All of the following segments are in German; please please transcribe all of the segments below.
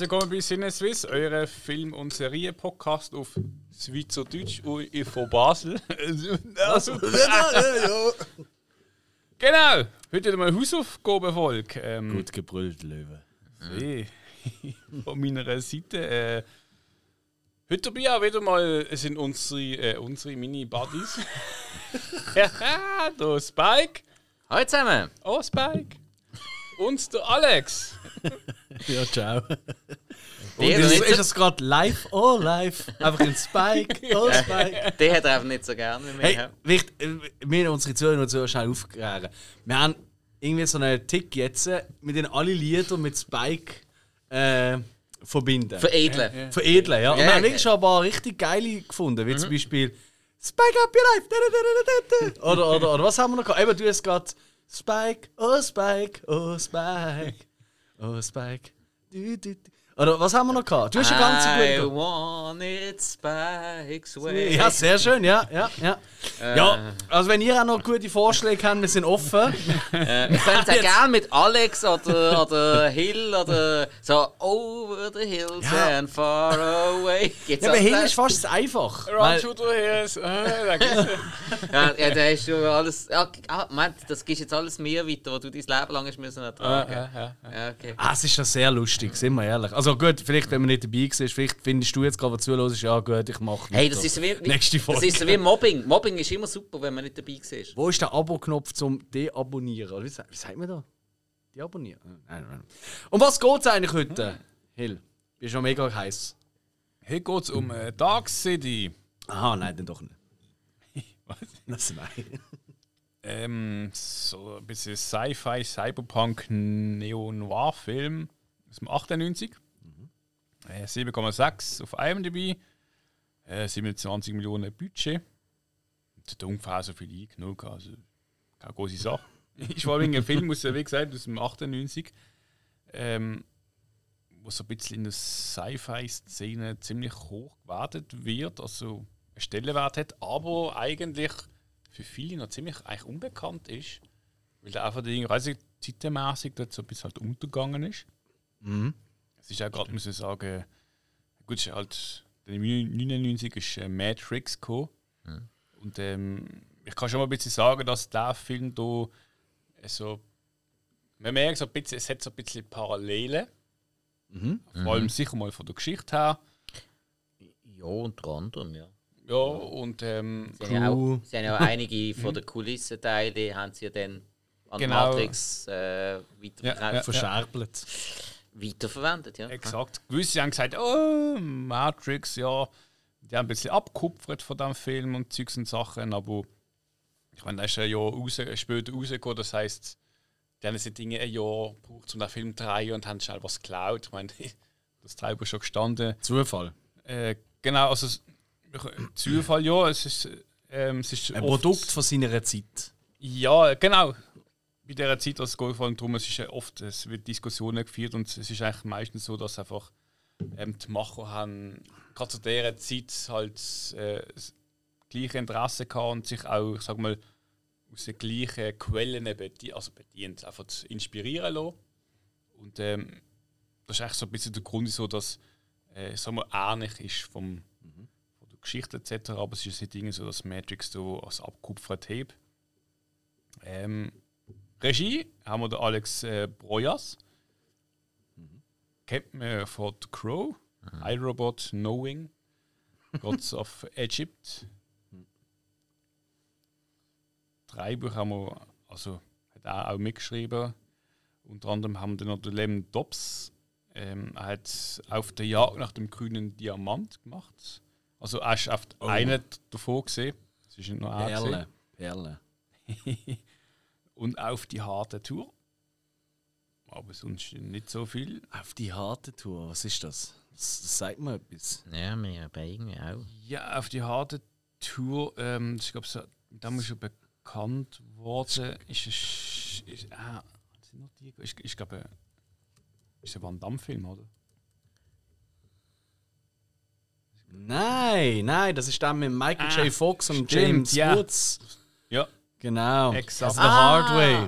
Herzlich willkommen bei CineSwiss, euer Film- und Serien-Podcast auf Schweizerdeutsch und von Basel. Also, genau, heute mal eine Hausaufgabenfolge. Gut gebrüllt, Löwe. Von meiner Seite. Heute dabei auch wieder mal sind unsere Mini-Buddies. Der Spike. Hallo zusammen! Oh, Spike. Und der Alex. Ja, ciao. Und Der ist das gerade live? Oh, live. Einfach ein Spike. Oh, Spike. Den hat er einfach nicht so gerne wie Hey, mir. wichtig, wir unsere Zuhörer und Zuhörer schnell aufklären. Wir haben irgendwie so einen Tick jetzt, mit den alle Lieder mit Spike verbinden. Veredeln. Veredeln, ja. Und Ja, wir haben ja. wirklich schon ein paar richtig geile gefunden, wie zum Beispiel Spike up your life. Oder was haben wir noch gehabt? Eben, du hast gerade Spike, oh Spike, oh Spike, oh Spike. Oder was haben wir noch gehabt? Du hast eine ganze I gute. want it Spike's way. Ja, sehr schön, ja. Ja, also wenn ihr auch noch gute Vorschläge habt, wir sind offen. Ich könnte es auch gerne mit Alex oder Hill oder so over the hills Ja. and far away. Geht's Ja, aber auch Hill da? ist fast einfach. Run Weil, to the hills. Ja, der ist schon alles. Ja, Moment, das gibst jetzt alles mir weiter, was du dein Leben lang hast müssen ertragen. Ja, okay. es ist schon sehr lustig, sind wir ehrlich. Also gut, vielleicht, wenn man nicht dabei war, vielleicht findest du jetzt gerade, was zuhörst, ja gut, ich mache Hey, das ist so wie, Nächste Folge. das ist so wie Mobbing. Mobbing ist immer super, wenn man nicht dabei ist. Wo ist der Abo-Knopf zum Deabonnieren? Oder wie sagt man da? Deabonnieren? Nein. Um was geht es eigentlich heute, Hill? Bist schon mega heiß. Hier geht es um Dark City. Aha, nein, dann doch nicht. Was? Das nein. So ein bisschen Sci-Fi, Cyberpunk, Neo-Noir-Film aus dem 98. 7,6 auf IMDb. 27 Millionen Budget. Das hat ungefähr so viel eingenommen. Also keine große Sache. Ist vor allem ein Film, wie gesagt, aus dem 98. Wo so ein bisschen in der Sci-Fi-Szene ziemlich hoch gewertet wird. Also einen Stellenwert hat, aber eigentlich für viele noch ziemlich eigentlich unbekannt ist. Weil der einfach zeitmäßig dort so ein bisschen halt untergegangen ist. Es ist auch gerade, muss ich sagen, gut, es ist halt, 1999 ist Matrix gekommen. Und ich kann schon mal ein bisschen sagen, dass der Film da so, man merkt so ein bisschen, es hat so ein bisschen Parallelen. Vor allem sicher mal von der Geschichte her. Ja, unter anderem, ja. Ja, und Sie haben ja auch einige von den Kulissenteilen, die haben sie ja dann an Genau. Matrix weiterverkauft. Verscherbelt. Weiterverwendet, ja. exakt. Gewisse haben gesagt, oh, Matrix, ja, die haben ein bisschen abgekupfert von diesem Film und Zeugs und Sachen, aber ich meine, das ist ein Jahr später rausgekommen, das heisst, die haben diese Dinge ein Jahr gebraucht, um den Film zu drehen und haben schnell was geklaut. Ich meine, das Teil ist schon gestanden. Zufall. Genau, also Zufall, ja, es ist Ein oft, Produkt von seiner Zeit. Ja, genau. Bei dieser Zeit, was es geht, vor allem darum, es wird Diskussionen geführt und es ist eigentlich meistens so, dass einfach die Macher haben gerade zu dieser Zeit halt das gleiche Interesse gehabt und sich auch, ich sag mal, aus den gleichen Quellen bedient, einfach zu inspirieren lassen. Und das ist eigentlich so ein bisschen der Grund, so dass sagen wir, ähnlich ist von der Geschichte etc. Aber es ist nicht irgendwie so, dass Matrix da als abgekupfert hat. Regie haben wir den Alex Proyas. Kennt man von The Crow, iRobot, Knowing, Gods of Egypt. 3 Bücher haben wir, also hat er auch mitgeschrieben. Unter anderem haben wir noch den Lem Dobbs. Er hat auf der Jagd nach dem grünen Diamant gemacht. Also er ist auf einen davon gesehen. Das ist noch er Perle. und auf die harte Tour. Aber sonst nicht so viel. Auf die harte Tour, was ist das? Das sagt mir etwas. Ja, wir bei irgendwie auch. Ja, auf die harte Tour, ich glaube, da muss schon bekannt worden. Ich glaube, ist ein Van Damme-Film, oder? Nein, das ist dann mit Michael J. Fox und stimmt, James ja. Woods. Ja, Genau. Exakt. The Hard Way.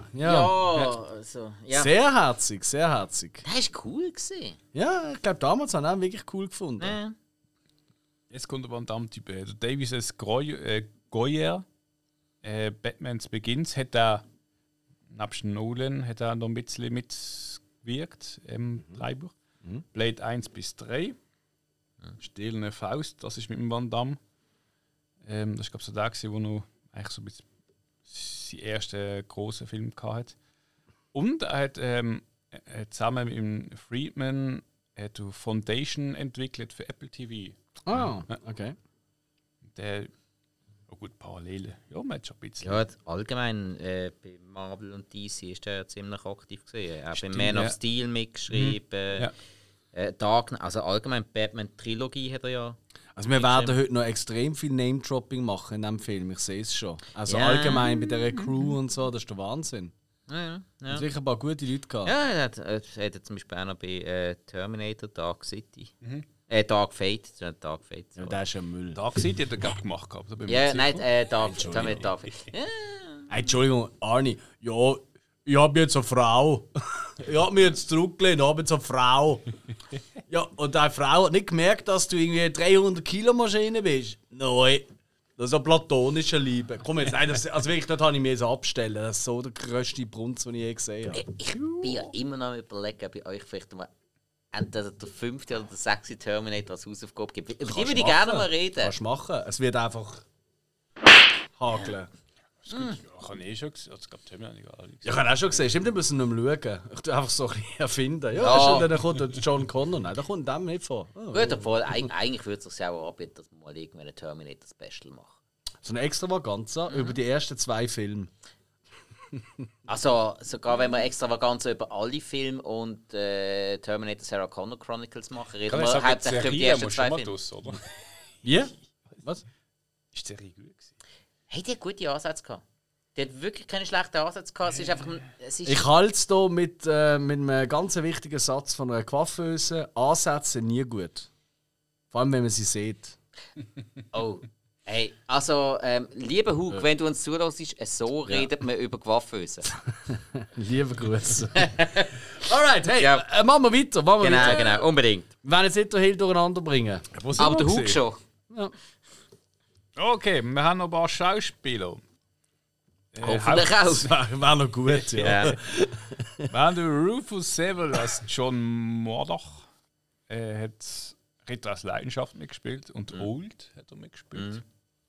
Ja. Sehr herzig, sehr herzig. Das war cool gewesen. Ja, ich glaube, damals haben wir auch wirklich cool gefunden. Ja. Jetzt kommt der Van Damme-Typ. Der Davis S. Goyer, Batmans Begins, hat er, nebst Nolan, hat er noch ein bisschen mitgewirkt im Dreibuch. Blade 1 bis 3. Stählerne Faust, das ist mit dem Van Damme. Das war, glaube ich, so der, wo noch eigentlich so ein bisschen seinen ersten grossen Film hatte. Und er hat zusammen mit dem Friedman eine Foundation entwickelt für Apple TV. Ah, okay. Der, oh gut, Parallele. Ja, man hat schon ein bisschen. Ja, allgemein bei Marvel und DC ist er ziemlich aktiv gewesen. Auch bei Stimmt, Man ja. of Steel mitgeschrieben. Ja. Dark, also allgemein Batman-Trilogie hat er ja. Also wir werden heute noch extrem viel Name-Dropping machen in diesem Film, ich sehe es schon. Also Ja. allgemein bei dieser Crew und so, das ist der Wahnsinn. Ja. Ja. Sicher ein paar gute Leute gehabt. Ja, er hat zum Beispiel auch noch bei Terminator Dark City. Dark Fate, das ist nicht Dark Fate. Ja, der ist ja Müll. Dark City hat er gerade gemacht gehabt. Da bin ich Ja, mir nein, sicher. Terminator Dark Fate. Ja. Hey, Entschuldigung, Arni, ja, ich habe jetzt eine Frau. Ich habe mich jetzt zurückgelehnt, ich habe jetzt eine Frau. Ja, und deine Frau hat nicht gemerkt, dass du irgendwie 300 Kilo Maschine bist? Nein, das ist eine platonische Liebe. Komm jetzt, nein, das, also wirklich, das habe ich mir jetzt abstellen. Das ist so der grösste Brunz, den ich je gesehen habe. Ich bin ja immer noch am überlegen, ob ich euch vielleicht mal entweder der 5. oder der 6. Terminator als Hausaufgabe gibt. Über die würde ich gerne mal reden. Kannst du machen. Es wird einfach hakeln. Ja, kann ich schon gesehen. Also, ich glaube, Terminator nicht alle gesehen. Ja, ich habe auch schon gesehen. Stimmt, wir müssen nicht mehr schauen. Ich tue einfach so ein bisschen erfinden. Ja, Ja. Und dann kommt der John Connor. Nein, der kommt dem nicht vor. Oh, Gut, obwohl, eigentlich würde es sich auch anbieten, dass wir mal irgendwann ein Terminator-Special machen. so eine Extravaganza über die ersten 2 Filme. Also, sogar wenn wir extravaganza über alle Filme und Terminator Sarah Connor Chronicles machen, reden Kann ich wir sagen, die hauptsächlich über die Serie ersten muss 2 schon mal Filme. draus, oder? Ja? Was? Ist die Serie gut gewesen? Hey, die hat gute Ansätze gehabt. Die hat wirklich keine schlechten Ansätze gehabt. Es ist einfach Ich halte es hier mit einem ganz wichtigen Satz von einer Coiffeuse. Ansätze nie gut. Vor allem, wenn man sie sieht. Oh. Hey, also, lieber Hug, wenn du uns zuhörst, so redet man über Coiffeuse. Liebe Grüße. Alright, hey, Ja. machen wir weiter. Genau, unbedingt. Wir werden jetzt nicht hier durcheinander bringen. Wo sind Aber wir der Hug gewesen? schon. Okay, wir haben noch ein paar Schauspieler. Hoffentlich auch. Das wäre noch gut, ja. Ja. Wir haben den Rufus Sewell als John Murdoch. Er hat Ritter als Leidenschaft mitgespielt und Old hat er mitgespielt.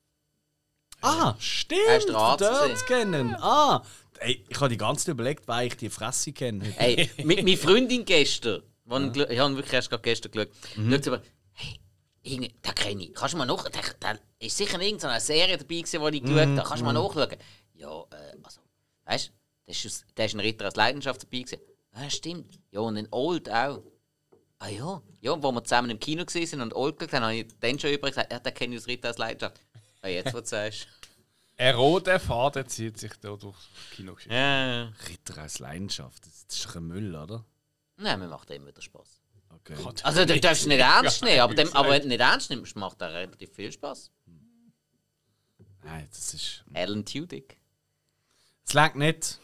Ah, stimmt. Er ist der Arzt dort gewesen. kennen. Ah, ey, ich habe die ganze Zeit überlegt, weil ich die Fresse kenne. Hey, mit meiner Freundin gestern, ich habe wirklich erst gerade gestern geschaut, schaut sie aber, hey, den kenne ich. Kannst du mal nachschauen? Der ist sicher in irgendeiner Serie dabei gewesen, die ich geschaut habe. Kannst du mal nachschauen? Ja, also, weißt du, der ist ein Ritter als Leidenschaft dabei gewesen. Ja, stimmt. Ja, und in Old auch. Ah ja, ja, wo wir zusammen im Kino waren und Old geschaut haben, habe ich dann schon übrigens gesagt, ja, den kenne ich aus Ritter als Leidenschaft. Ah, jetzt, wo du sagst. Ein roter Faden zieht sich da durch das Kinogeschichte. Ja. Ritter als Leidenschaft, das ist doch ein Müll, oder? Nein, mir macht immer wieder Spaß. Okay. Also, du darfst es nicht ernst nehmen, aber wenn du nicht ernst nimmst, macht er relativ viel Spaß. Nein, das ist... Alan Tudyk. Es langt nicht.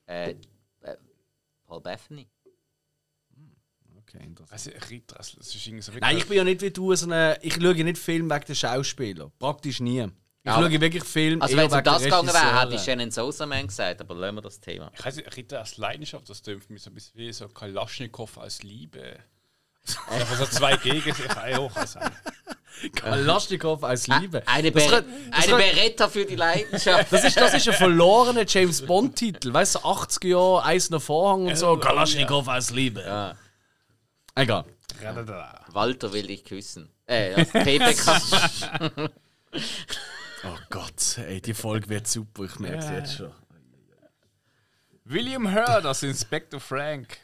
Paul Bethany. Okay, interessant. Also, Ritter, das ist irgendwie so Nein, ich bin ja nicht wie du, sondern ich schaue nicht Filme wegen den Schauspielern. Praktisch nie. Ich Ja, schaue wirklich Filme Also, eher wenn es um wegen das der gegangen wäre, hätte ich Regisseure. Shannon Sosa Man gesagt, aber lassen wir das Thema. Ich weiß nicht, Ritter als Leidenschaft, das dürfte mir so ein bisschen wie so Kalaschnikow als Liebe. Einfach so 2 gegen sich, auch als ein. Kalaschnikow als Liebe. Eine Das kann- das kann- Beretta für die Leidenschaft. Das ist ein verlorener James Bond-Titel. Weißt du, 80er Jahre, Eiserner Vorhang und so. Kalaschnikow als Liebe. Ja. Egal. Walter will dich küssen. Also PPK. Oh Gott, ey, die Folge wird super, ich merke es jetzt schon. William Hurt als Inspector Frank.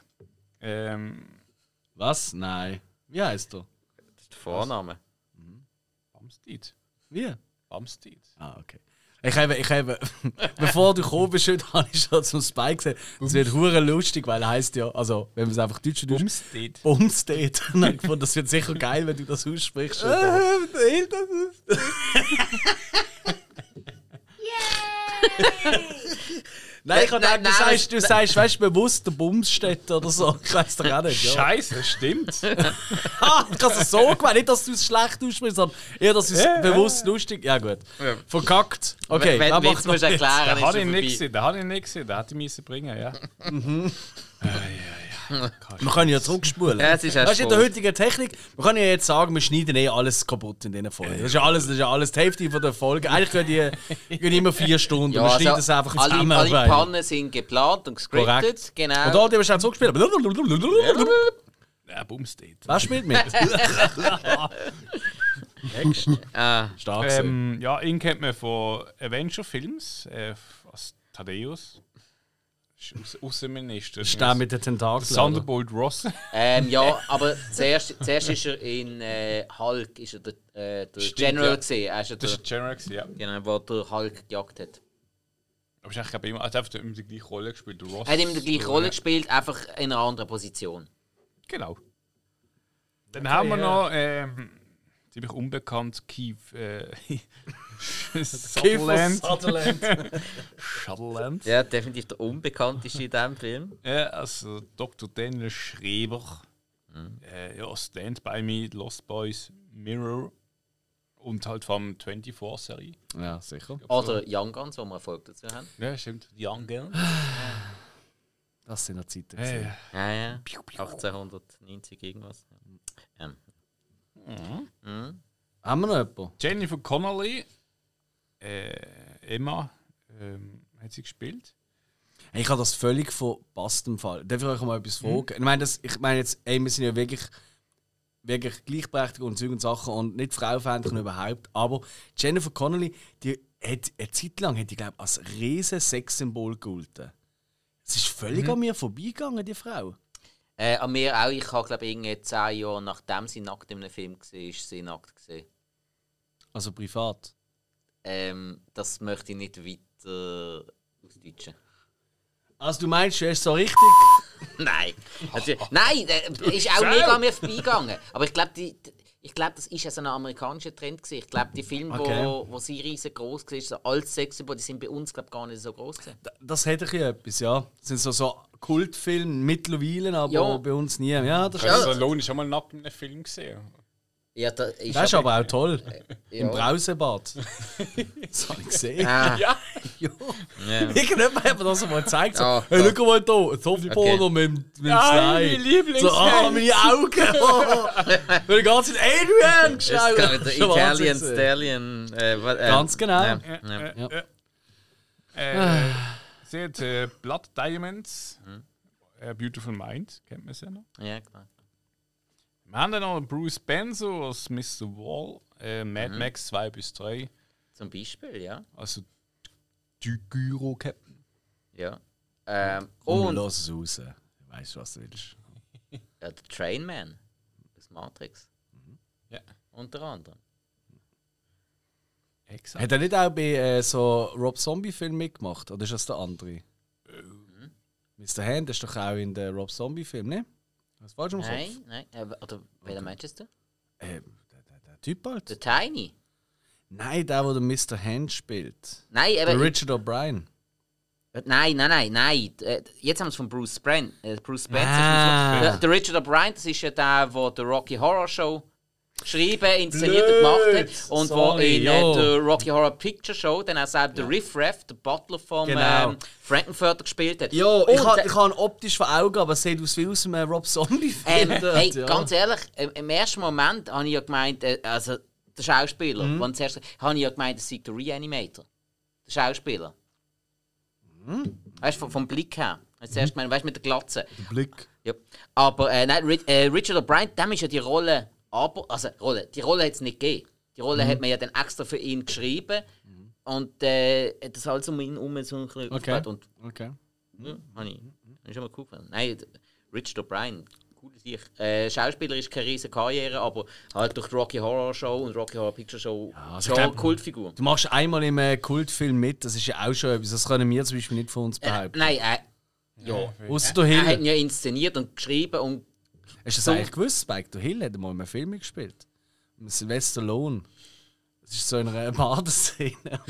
Was? Nein. Wie heißt er? Das ist der Vorname. Bumstead. Wie? Bumstead. Ah, okay. Ich habe, bevor du gekommen bist, habe ich schon zum Spike gesagt, das wird hure lustig, weil er heisst ja, also wenn man es einfach deutsch Bumstead. Bumstead. Und dann gefunden, das wird sicher geil, wenn du das aussprichst. Nein, ich habe gedacht, du sagst, weißt du, bewusst der Bumsstätte oder so. Ich weiß doch auch nicht. Ja. Scheiße, stimmt. Ich habe es so gemacht. Nicht, dass du es schlecht aussprichst, sondern eher, dass du es bewusst lustig. Ja, gut. Ja. Verkackt. Okay, wenn wer du macht jetzt musst erklären, Den ist habe er ich nicht vorbei. gesehen, den habe ich nicht gesehen. Den hätte ich müssen bringen, ja. Wir können ja zurückspulen. Ja, es ist weißt du, in der voll. heutigen Technik, man kann ja jetzt sagen, wir schneiden alles kaputt in diesen Folgen. Das ist ja alles die Hälfte von der Folge. Eigentlich gehen immer 4 Stunden. Ja, wir schneiden also, es einfach alle rein. Pannen sind geplant und gescriptet. Korrekt. Genau. Und all die haben schon zurückgespielt. Ja, Bumstedt. Was spielt mit? Ah, Stark gewesen. Ja, ihn kennt man von Avenger-Films, als Thaddeus. Außenminister. Das ist der mit den Tentakeln. Thunderbolt Ross. ja, aber zuerst ist er in Hulk, ist er der Stimmt, General ja. gesehen. Er ist ja Das der, ist General, ja. genau, wo der Hulk gejagt hat. Aber ich glaube immer, er hat einfach immer die gleiche Rolle gespielt. Der Ross. Er hat immer die gleiche Rolle gespielt, einfach in einer anderen Position. Genau. Dann haben wir noch ziemlich unbekannt Keith Sutherland. Sutherland. Ja, definitiv der unbekannteste in diesem Film. Ja, also Dr. Daniel Schreber. Ja, Stand By Me, Lost Boys, Mirror und halt vom 24-Serie. Ja, sicher. Oder Young Guns, wo wir Erfolg dazu haben. Ja, stimmt. Young Girl. Das sind noch Zeiten. Hey. gewesen. Ja, ja. 1890 irgendwas. Ja. Haben wir noch jemanden? Jennifer Connelly, Emma, hat sie gespielt. Hey, ich habe das völlig verpasst im Fall. Darf ich euch mal etwas fragen? Ich meine jetzt, ey, wir sind ja wirklich gleichberechtigt und Zeug und Sachen und nicht frauenfeindlich überhaupt. Aber Jennifer Connelly, die hat eine Zeit lang, glaube ich, als riesen Sexsymbol gegolten. Es ist völlig an mir vorbeigegangen, die Frau. An mir auch. Ich habe, glaube ich, irgendwie 10 Jahre nachdem sie nackt in einem Film war, ist sie nackt gesehen. Also privat. Das möchte ich nicht weiter ausdeutschen. Also du meinst, du hast so richtig... Nein! Nein, ist auch mega an mir vorbeigegangen. Aber ich glaube, das ist ja so ein amerikanischer Trend gewesen. Ich glaube, die Filme, wo sie riesengroß waren, so als Sexsymbol, die sind bei uns, glaube ich, gar nicht so groß gewesen. Das hätte ich etwas, ja. Das sind so Kultfilme mittlerweile, aber Ja. bei uns nie. Ja, das ist... Also, Lohn ist schon mal nackt in einem Film gesehen. Ja, das ist Das ist aber auch toll. ja. Im Brausebad. Das habe ich gesehen. Ah, Ja! Ja. ja. Irgendjemand hat mir das mal gezeigt. So, Ah, hey, ja. schau mal da, so viel Porno mit dem Meine Slime. Lieblingsfilm. So, meine Augen. Oh. Ich habe die ganze Zeit Adrian Das geschaut. ist gar nicht der Schon Wahnsinn Italian gewesen. Stallion. Ganz genau. Sie hat Blood Diamonds, Beautiful Mind, kennt man sie ja noch. Ja, klar. Wir haben dann noch Bruce Benzo als Mr. Wall, Mad Max 2 bis 3, Zum Beispiel, ja. also die Gyro Captain. Ja. Und Und lass es raus. Weißt du, was du willst. der Trainman aus Matrix. Ja. Unter anderem. Exakt. Hat er nicht auch bei so Rob Zombie-Filmen mitgemacht? Oder ist das der andere? Mr. Hand ist doch auch in den Rob Zombie-Film, ne? Was falsch im Kopf? Nein. Oder welcher meinst du? Der Typ halt. Der Tiny. Nein, der Mr. Hand spielt. Nein, Der eben. Richard O'Brien. Nein. Jetzt haben wir es von Bruce Springsteen. Bruce Springsteen. Ah. Der Richard O'Brien, das ist ja der, der die Rocky Horror Show geschrieben, inszeniert und gemacht hat. Und wo in der Rocky Horror Picture Show dann auch selbst der Riff Raff, der Butler vom Genau. Frankenfurter, gespielt hat. Ja, Und ich habe ihn optisch vor Augen, aber es sieht aus wie aus einem Rob Zombie-Film. hey, ja. ganz ehrlich, im ersten Moment habe ich ja gemeint, also der Schauspieler, habe ich ja gemeint, es sei der Reanimator. Der Schauspieler. Weißt du, vom Blick her. Als zuerst gemeint, weißt du, mit der Glatze. Blick. Ja. Aber nein, Richard O'Brien, dem ist ja die Rolle, die Rolle hat es nicht gegeben. Die Rolle hat man ja dann extra für ihn geschrieben und hat das alles um ihn herum so ein bisschen aufgebaut. Und Okay. ja, habe ich schon mal cool gefunden. Nein, Richard O'Brien, cool Sicht. Schauspieler ist keine riesige Karriere, aber halt durch die Rocky Horror Show und Rocky Horror Picture Show also schon ich glaub, eine Kultfigur. Du machst einmal im Kultfilm mit, das ist ja auch schon etwas. Das können wir zum Beispiel nicht von uns behaupten. Nein, ja. Außer der Er hat Hill. ihn ja inszeniert und geschrieben und Hast du das so- eigentlich gewusst? Spike der Hill hat mal in einem Film gespielt. Mit Sylvester Stallone. Das ist so in einer Badenszene.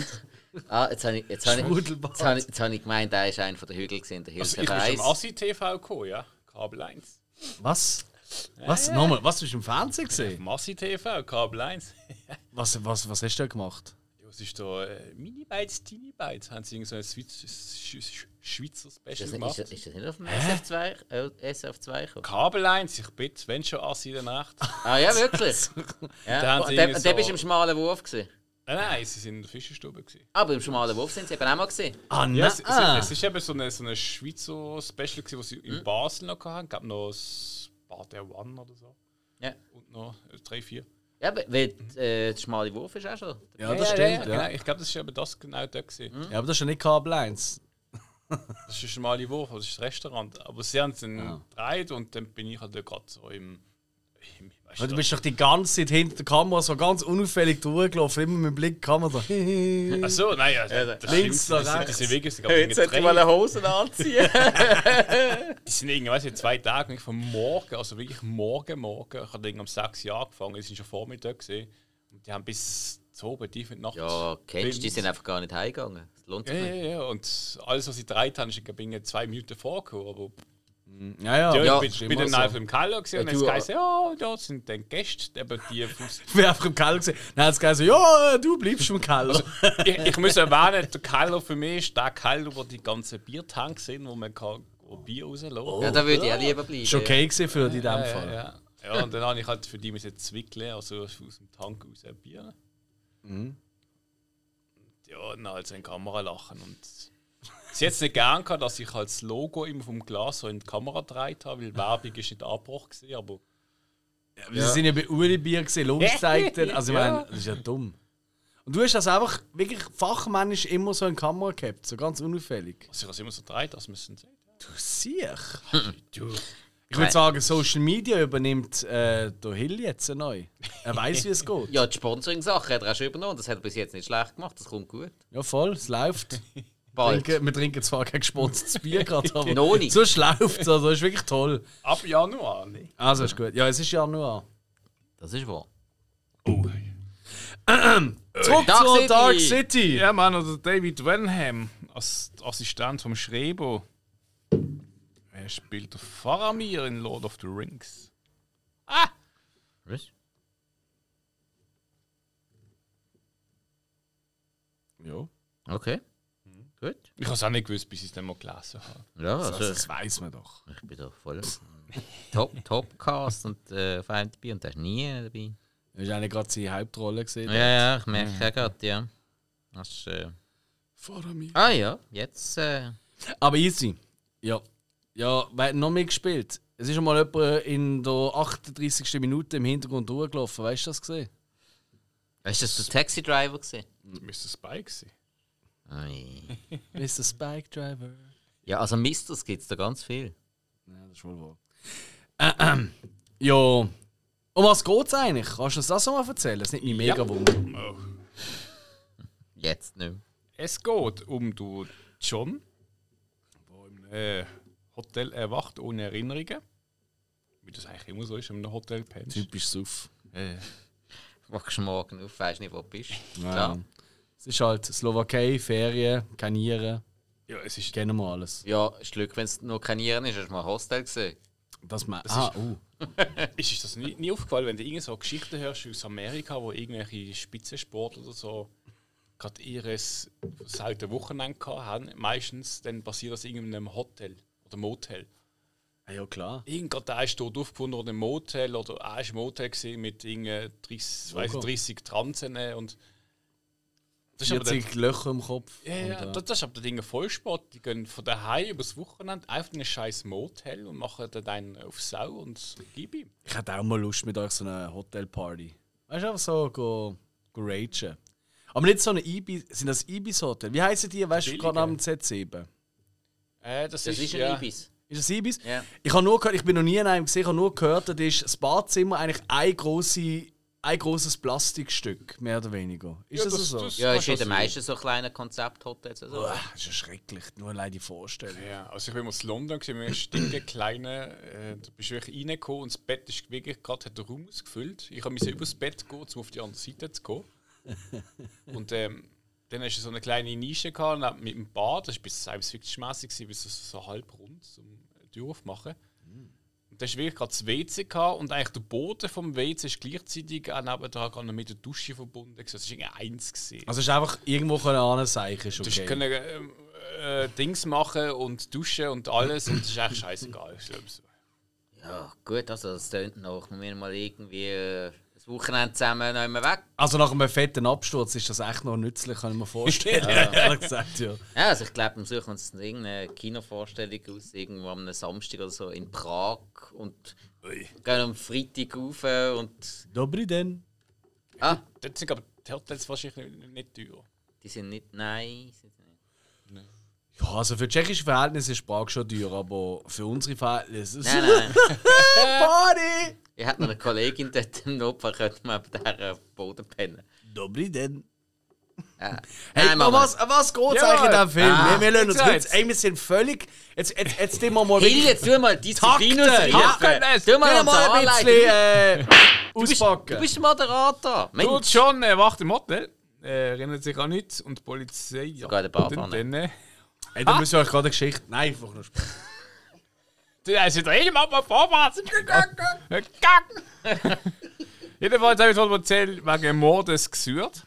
Jetzt habe ich gemeint, er ist einer der Hügel gesehen, der Also Hilfe ich bin am Assi-TV gekommen, ja. Kabel 1. Was? Was? Nochmal, was hast du im Fernsehen gesehen? Am Assi-TV, Kabel 1. Was hast du da gemacht? Ja, was ist da? Mini-Bites, Teeny-Bites. Haben sie irgend so ein Schweizer Special gemacht? Ist das nicht auf dem SF2 gekommen? Kabel 1, ich bitte, wenn schon Assi in der Nacht. Ah ja, wirklich? Da Ja. haben Und sie der irgendwie bist so- im schmalen Wurf gewesen. Nein, sie sind in der Fischerstube gewesen. Aber im schmalen Wurf sind sie eben auch mal gesehen. Ah, Ja, nein. es ist eben so eine Schweizer Special gewesen, was sie in Basel noch hatten. Es gab noch das Bad der One oder so. Ja. Und noch 3, 4. Ja, weil der schmale Wurf ist auch schon. Ja, das stimmt. Genau. Ja. Ich glaube, das ist eben das genau da gewesen. Ja, aber das ist ja nicht Kabel 1. Das ist ein schmale Wurf, das ist das Restaurant. Aber sie haben es dann gedreht und dann bin ich halt gerade so im weißt Du bist doch die ganze Zeit hinter der Kamera so ganz unauffällig durchgelaufen, immer mit dem Blick Kamera so. Achso, nein, ja, das links, stimmt. da Die rechts. sind wirklich Hosen anziehen. Die sind irgendwie, weißt du, 2 Tage nicht vom Morgen, also wirklich morgen. Ich habe irgendwie um 6 Uhr angefangen, es sind schon Vormittag gesehen. Und die haben bis zu oben, tief in die Nacht. Ja, kennst du, die sind einfach gar nicht heimgegangen. Das lohnt sich nicht. Ja. Und alles, was sie gedreht haben, ist irgendwie 2 Minuten vorgekommen. Aber Ja, ja, das ich ist bin immer dann so. einfach im Keller gesehen und Ja, dann du- heisst ja, da sind dann Gäste, eben die Fuß. Ich bin einfach im Keller gesehen. Dann hat es gesagt, ja, du bleibst im Keller. Ich muss erwähnen, der Keller für mich ist der Keller, wo die ganzen Biertanks sind, wo man kann Bier rauslassen kann. Ja, da würde ich auch lieber bleiben. Ist okay gewesen für dich in dem Ja, Fall. ja, und dann habe ich halt für die müssen zwickeln, also aus dem Tank raus ein Bier. Ja, dann halt so in die Kamera lachen. Und sie hat es nicht gern gehabt, dass ich halt das Logo immer vom Glas so in die Kamera gedreht habe, weil Werbung ist nicht angebrochen gewesen, aber Wir sind ja bei Uli Bier gesehen, logisch zeigt er. Also, ich Ja. meine, das ist ja dumm. Und du hast das einfach wirklich fachmännisch immer so in die Kamera gehabt, so ganz unauffällig. also ich habe es immer so gedreht, dass man es sieht. Du siehst. Du. Ich würde sagen, Social Media übernimmt der Hill jetzt neu. Er weiß, wie es geht. Ja, die Sponsoring-Sache hat er auch schon übernommen. Das hat er bis jetzt nicht schlecht gemacht. Das kommt gut. Ja, voll, es läuft. Bald. Wir trinken zwar kein gesponsertes Bier gerade, aber Noch nicht. so läuft es. Also, ist wirklich toll. Ab Januar, ne? Also, ist gut. Ja, es ist Januar. Das ist wahr. Zurück Dark zur City. Dark City. Ja, Mann, oder David Wenham als Assistent vom Schrebo. Er spielt der Faramir in Lord of the Rings. Was? Ja. Okay. Gut. Ich habe es auch nicht gewusst, bis ich es dann mal gelesen habe. Ja, Also, also das weiß man doch. ich bin da voll Top-Cast und auf einem dabei und der ist nie dabei. Das war eigentlich gerade seine Hauptrolle gesehen. Ja, ich merke ja gerade, ja. Das ist, Faramir. ah ja, jetzt. Aber easy. Ja. Ja, wer hat noch mitgespielt? Es ist schon mal jemand in der 38. Minute im Hintergrund durchgelaufen. Weißt du das gesehen? Ist das der Taxi-Driver gewesen? Das müsste Spike sein. Ei. Mr. Spike Driver. Ja, also Misters gibt es da ganz viel. Ja, das ist wohl wahr. Ja. Um was geht's eigentlich? Kannst du uns das mal erzählen? Das nimmt mich mega Wunder. Oh. Jetzt nicht mehr. Es geht um den John, der im Hotel erwacht ohne Erinnerungen. Wie das eigentlich immer so ist, wenn man in einem Hotel pennt. Typisch Suff. Wachst du morgen auf, weißt nicht, wo du bist. Ja. Klar. Es ist halt Slowakei, Ferien, Kanieren. Ja, es ist Kennen wir alles. Ja, ist Glück, wenn es noch Kanieren ist, hast du mal ein Hostel gesehen. Das man. Das ist, ist das nie aufgefallen, wenn du irgend so Geschichten hörst aus Amerika, wo irgendwelche Spitzensportler oder so gerade ihres selten Wochenende haben, meistens dann passiert das in einem Hotel oder Motel. ja, klar. Irgendwann ist dort aufgefunden oder im Motel oder er war im Motel gewesen mit 30 Transen und das ist aber 40 Löcher im Kopf. ja, Und, das ist aber der Ding Vollsport. Die gehen von daheim übers Wochenende einfach in ein scheiß Motel und machen dann einen auf Sau und gib ihm. Ich hätte auch mal Lust mit euch so eine Hotelparty. Weißt du, einfach so go ragen. Aber nicht so eine Ibis. Sind das Ibis-Hotel? Wie heißen die? Weißt du, Billige. gerade am Z7? Das Das ist ja, ein Ibis. Ist das Ibis? Ja. Ich habe nur gehört, ich bin noch nie in einem gesehen, ich habe nur gehört, das ist das Badezimmer eigentlich ein grosses Plastikstück, mehr oder weniger. Ist Ja, das, das- so? das- Ja, ist in schon den meisten so kleinen Konzepthotels. Also. Uah, das ist ja schrecklich, nur allein die Vorstellung. Ja, also ich war mal in London, wir haben stinke kleine, da bist du wirklich reingekommen und das Bett ist wirklich gerade, hat den Raum ausgefüllt. Ich musste übers Bett gehen, um auf die andere Seite zu gehen. Und dann hast du so eine kleine Nische gehabt mit dem Bad. Das war bis science-fiction-mässig, bis so halb rund zum Tür aufmachen. Und da hast du wirklich gerade das WC gehabt und eigentlich der Boden vom WC ist gleichzeitig auch nebenan noch mit der Dusche verbunden. Das war irgendwie eins gewesen. Also es ist einfach irgendwo anseichen, ist okay. Du können Dings machen und duschen und alles und das ist eigentlich scheißegal. Ja, gut, also das tönt noch. Wir mal irgendwie das Wochenende zusammen noch immer weg. Also nach einem fetten Absturz ist das echt noch nützlich, kann ich mir vorstellen. Ehrlich gesagt, ja. Ja, also ich glaube, wir suchen uns irgendeine Kinovorstellung aus, irgendwo am Samstag oder so in Prag und gehen am Freitag rauf und... Dobri denn. Ah, Dort sind aber die Hotels wahrscheinlich nicht teuer. die sind nicht... Nein, sind sie nicht. Ja, also für tschechische Verhältnisse ist Prag schon teuer, aber für unsere Verhältnisse... Nein. Party! Ich hatte noch eine Kollegin dort im Notfall, könnte man auf dieser Boden pennen. Dobri denn. Ja. Hey, Nein, aber Mama. was geht's eigentlich in diesem Film? Wir lassen uns jetzt. jetzt... Ey, wir sind völlig... Jetzt tun wir mal... Hill, jetzt tu mal Disziplin Takte, ausrufen. Tu mal mal ein Anleitung. bisschen Du auspacken. bist der Moderator. Gut, Mensch. schon, er wacht im Hotel. Erinnert sich an nichts und die Polizei. Sogar der Barfahrer. Hey, da müssen wir euch gerade eine Geschichte... Nein, einfach nur Spaß. Du hast wieder immer mal vorwärts. Jedenfalls habe ich wohl erzählt, wegen Mordes gesucht.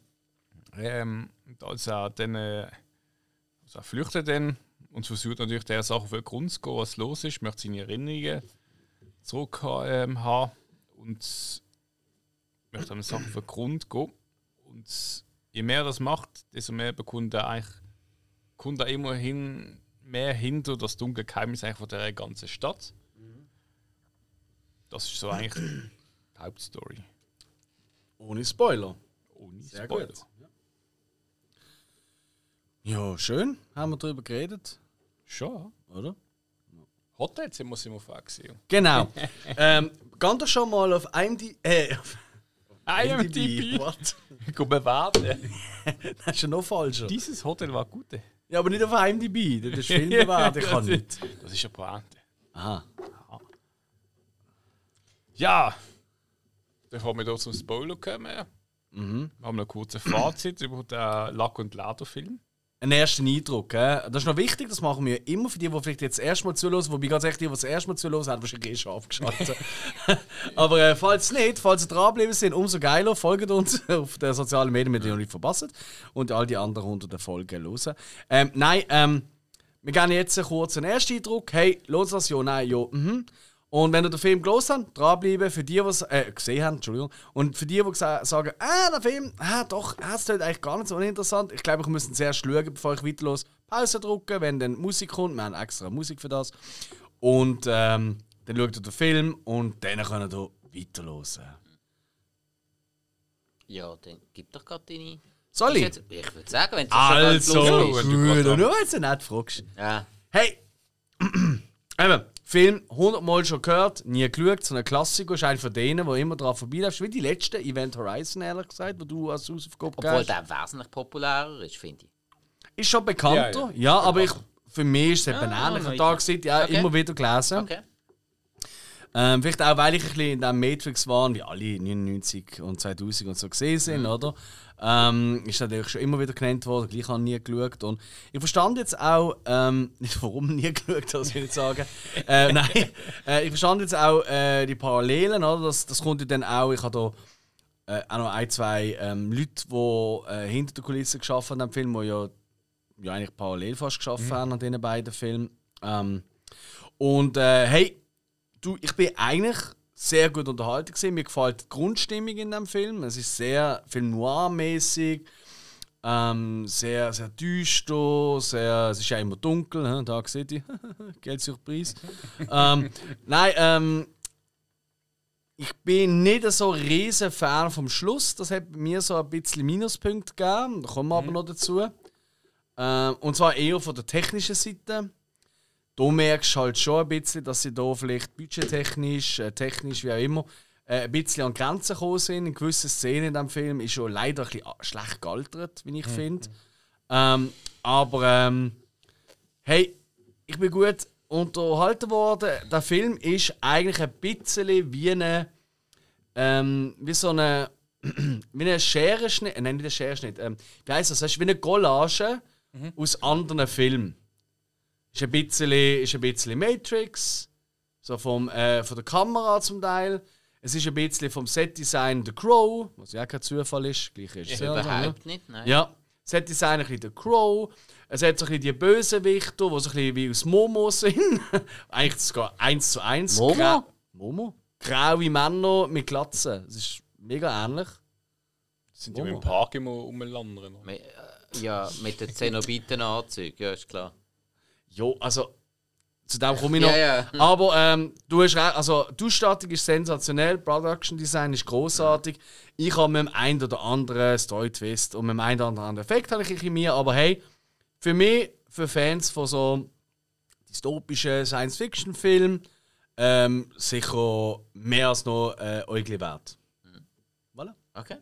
Und als er dann also er flüchtet dann und versucht natürlich der Sache auf den Grund zu gehen, was los ist, möchte seine Erinnerungen zurück haben und möchte eine Sache auf den Grund gehen. Und je mehr er das macht, desto mehr kommt er immerhin mehr hinter das dunkle Geheimnis eigentlich von der ganzen Stadt. Das ist so eigentlich die Hauptstory. Ohne Spoiler. Ohne Sehr Spoiler. gut. Ja, schön. Haben wir darüber geredet, Schon. oder? Hotels muss ich mal gesehen. Genau. Geh doch schon mal auf IMDb. IMDb. What? Guck bewerten. Das ist ja noch falscher. Dieses Hotel war gut. Ja, aber nicht auf IMDb. Das ist Film bewerten. Ich kann nicht. Das ist eine Pointe. Aha. Ja. Bevor wir hier zum Spoiler kommen, haben wir ein kurzes Fazit über den Lack- und Leder-Film. Ein ersten Eindruck. Das ist noch wichtig, das machen wir immer für die vielleicht jetzt das erste Mal zuhören. Wobei ganz ehrlich, die das erste Mal zuhören, haben wahrscheinlich schon aufgeschaltet. Aber falls nicht, falls ihr dranbleiben sind, umso geiler. Folgt uns auf den sozialen Medien, mit denen ihr nicht verpasst. Und all die anderen unter der Folge hören. Wir geben jetzt kurz einen ersten Eindruck. Hey, los das, ja, nein, ja, Und wenn ihr den Film gelesen habt, dranbleiben, für die, die es gesehen haben, Entschuldigung, und für die, die sagen, der Film, das ist eigentlich gar nicht so uninteressant. Ich glaube, ich muss zuerst schauen, bevor ich weiter los. Pause drücken, wenn dann Musik kommt. Wir haben extra Musik für das. Und dann schaut ihr den Film und dann könnt ihr weiter hören. Ja, dann gib doch gerade deine... Soll ich? Ich würde sagen, wenn du Also, schon gut, nur wenn du nicht fragst. Ja. Hey! Eben, Film 100-mal schon gehört, nie geschaut, so ein Klassiker, ist einer von denen, der immer dran vorbeiläuft. Wie die letzten Event Horizon, ehrlich gesagt, wo du als Hausaufgabe Obwohl gehst. der wesentlich populärer ist, finde ich. Ist schon bekannter, ja, aber für mich ist es eben ähnlich. noch Ein Tag seit ja Okay. immer wieder gelesen. Okay. Vielleicht auch, weil ich ein bisschen in diesem Matrix war, wie alle 99 und 2000 und so gesehen sind, oder? Ist natürlich schon immer wieder genannt worden, gleich habe ich nie geschaut. Und ich verstand jetzt auch, nicht warum nie geschaut, das will ich nicht sagen. Nein, ich verstand jetzt auch die Parallelen, oder? Das kommt ja dann auch, ich habe da auch noch ein, zwei Leute, die hinter der Kulisse geschaffen haben, am Film, die ja eigentlich parallel fast geschaffen haben an diesen beiden Filmen. Hey, ich bin eigentlich sehr gut unterhalten gewesen. Mir gefällt die Grundstimmung in dem Film. Es ist sehr Film noir-mäßig, sehr, sehr düster, es ist ja immer dunkel, Dark City, Geld sur Preis. Ich bin nicht so ein riesen Fan vom Schluss. Das hat bei mir so ein bisschen Minuspunkte gegeben. Da kommen wir aber noch dazu. Und zwar eher von der technischen Seite. Da merkst du halt schon ein bisschen, dass sie da vielleicht budgettechnisch, technisch, wie auch immer, ein bisschen an Grenzen gekommen sind. In gewissen Szenen in diesem Film ist schon leider ein bisschen schlecht gealtert, wie ich finde. Hey, ich bin gut unterhalten worden. Der Film ist eigentlich ein bisschen wie so eine wie ein Scherenschnitt. Nein, nicht ein Scherenschnitt. Wie heisst das? Das ist wie eine Collage aus anderen Filmen. Ist ein bisschen Matrix, so von der Kamera zum Teil. Es ist ein bisschen vom Setdesign The Crow, was ja auch kein Zufall ist. Gleich ist es Überhaupt nicht, nein. Ja, Setdesign ein bisschen The Crow. Es hat so ein bisschen die Bösewichter, die so ein bisschen wie aus Momo sind. Eigentlich sogar 1:1. Momo? Momo? Graue Männer mit Glatzen. Das ist mega ähnlich. Sind die im Park immer rumlanden? Ja, mit den Zenobiten-Anzügen, ja, ist klar. Ja, also zu dem komme ich noch. Ja. Aber du hast recht, also die Ausstattung ist sensationell, Production Design ist großartig. Ich habe mit dem einen oder anderen Story-Twist und mit dem einen oder anderen Effekt habe ich in mir, aber hey, für mich, für Fans von so dystopischen Science-Fiction-Filmen, sicher mehr als noch Äugli wert. Voilà. Okay.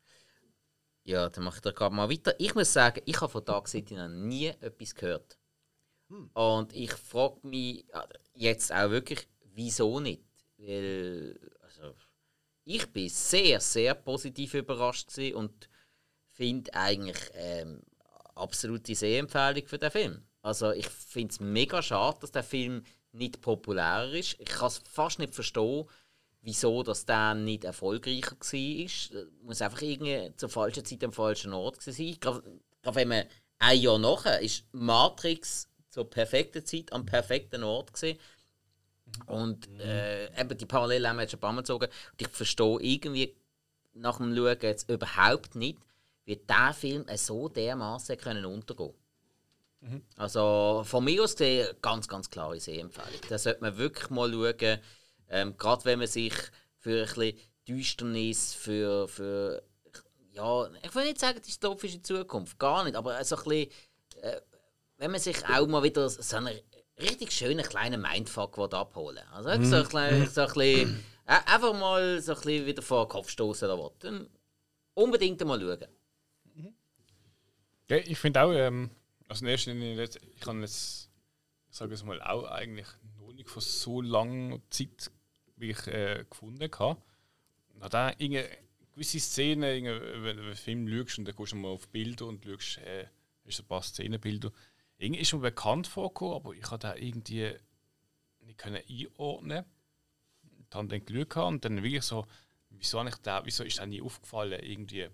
Ja, dann mache ich da gerade mal weiter. Ich muss sagen, ich habe von Dark City noch nie etwas gehört. Und ich frage mich jetzt auch wirklich, wieso nicht? Weil, also, ich bin sehr, sehr positiv überrascht und finde eigentlich absolute Sehempfehlung für den Film. Also ich finde es mega schade, dass der Film nicht populärer ist. Ich kann es fast nicht verstehen, wieso das dann nicht erfolgreicher war. Muss einfach irgendwie zur falschen Zeit am falschen Ort sein. Gerade wenn man ein Jahr nachher ist Matrix zur perfekten Zeit am perfekten Ort gewesen. Und eben die Parallelen haben wir jetzt schon ein paar Mal gezogen. Und ich verstehe irgendwie nach dem Schauen jetzt überhaupt nicht, wie dieser Film so dermaßen untergehen können. Also von mir aus gesehen ganz, ganz klare Sehempfehlung. Da sollte man wirklich mal schauen, gerade wenn man sich für ein bisschen Düsternis, für ja, ich will nicht sagen dystopische Zukunft, gar nicht, aber so ein bisschen, wenn man sich auch mal wieder so einen richtig schönen kleinen Mindfuck abholen will. Also so ein bisschen, einfach mal so ein bisschen wieder vor den Kopf stoßen oder was. Dann unbedingt mal schauen. Ja, ich finde auch, also in erster Linie, ich habe jetzt, ich sage es mal, auch eigentlich noch nicht von so langer Zeit, wie ich gefunden habe. Und da irgendeine gewisse Szenen, wenn du einen Film schaust und dann gehst du mal auf Bilder und schaust, hast ein paar Szenenbilder. Irgendwie ist mir bekannt vorgekommen, aber ich habe da irgendwie nicht können einordnen. Und habe dann Glück gehabt und dann wirklich so, wieso ist das nie aufgefallen? Irgendwie.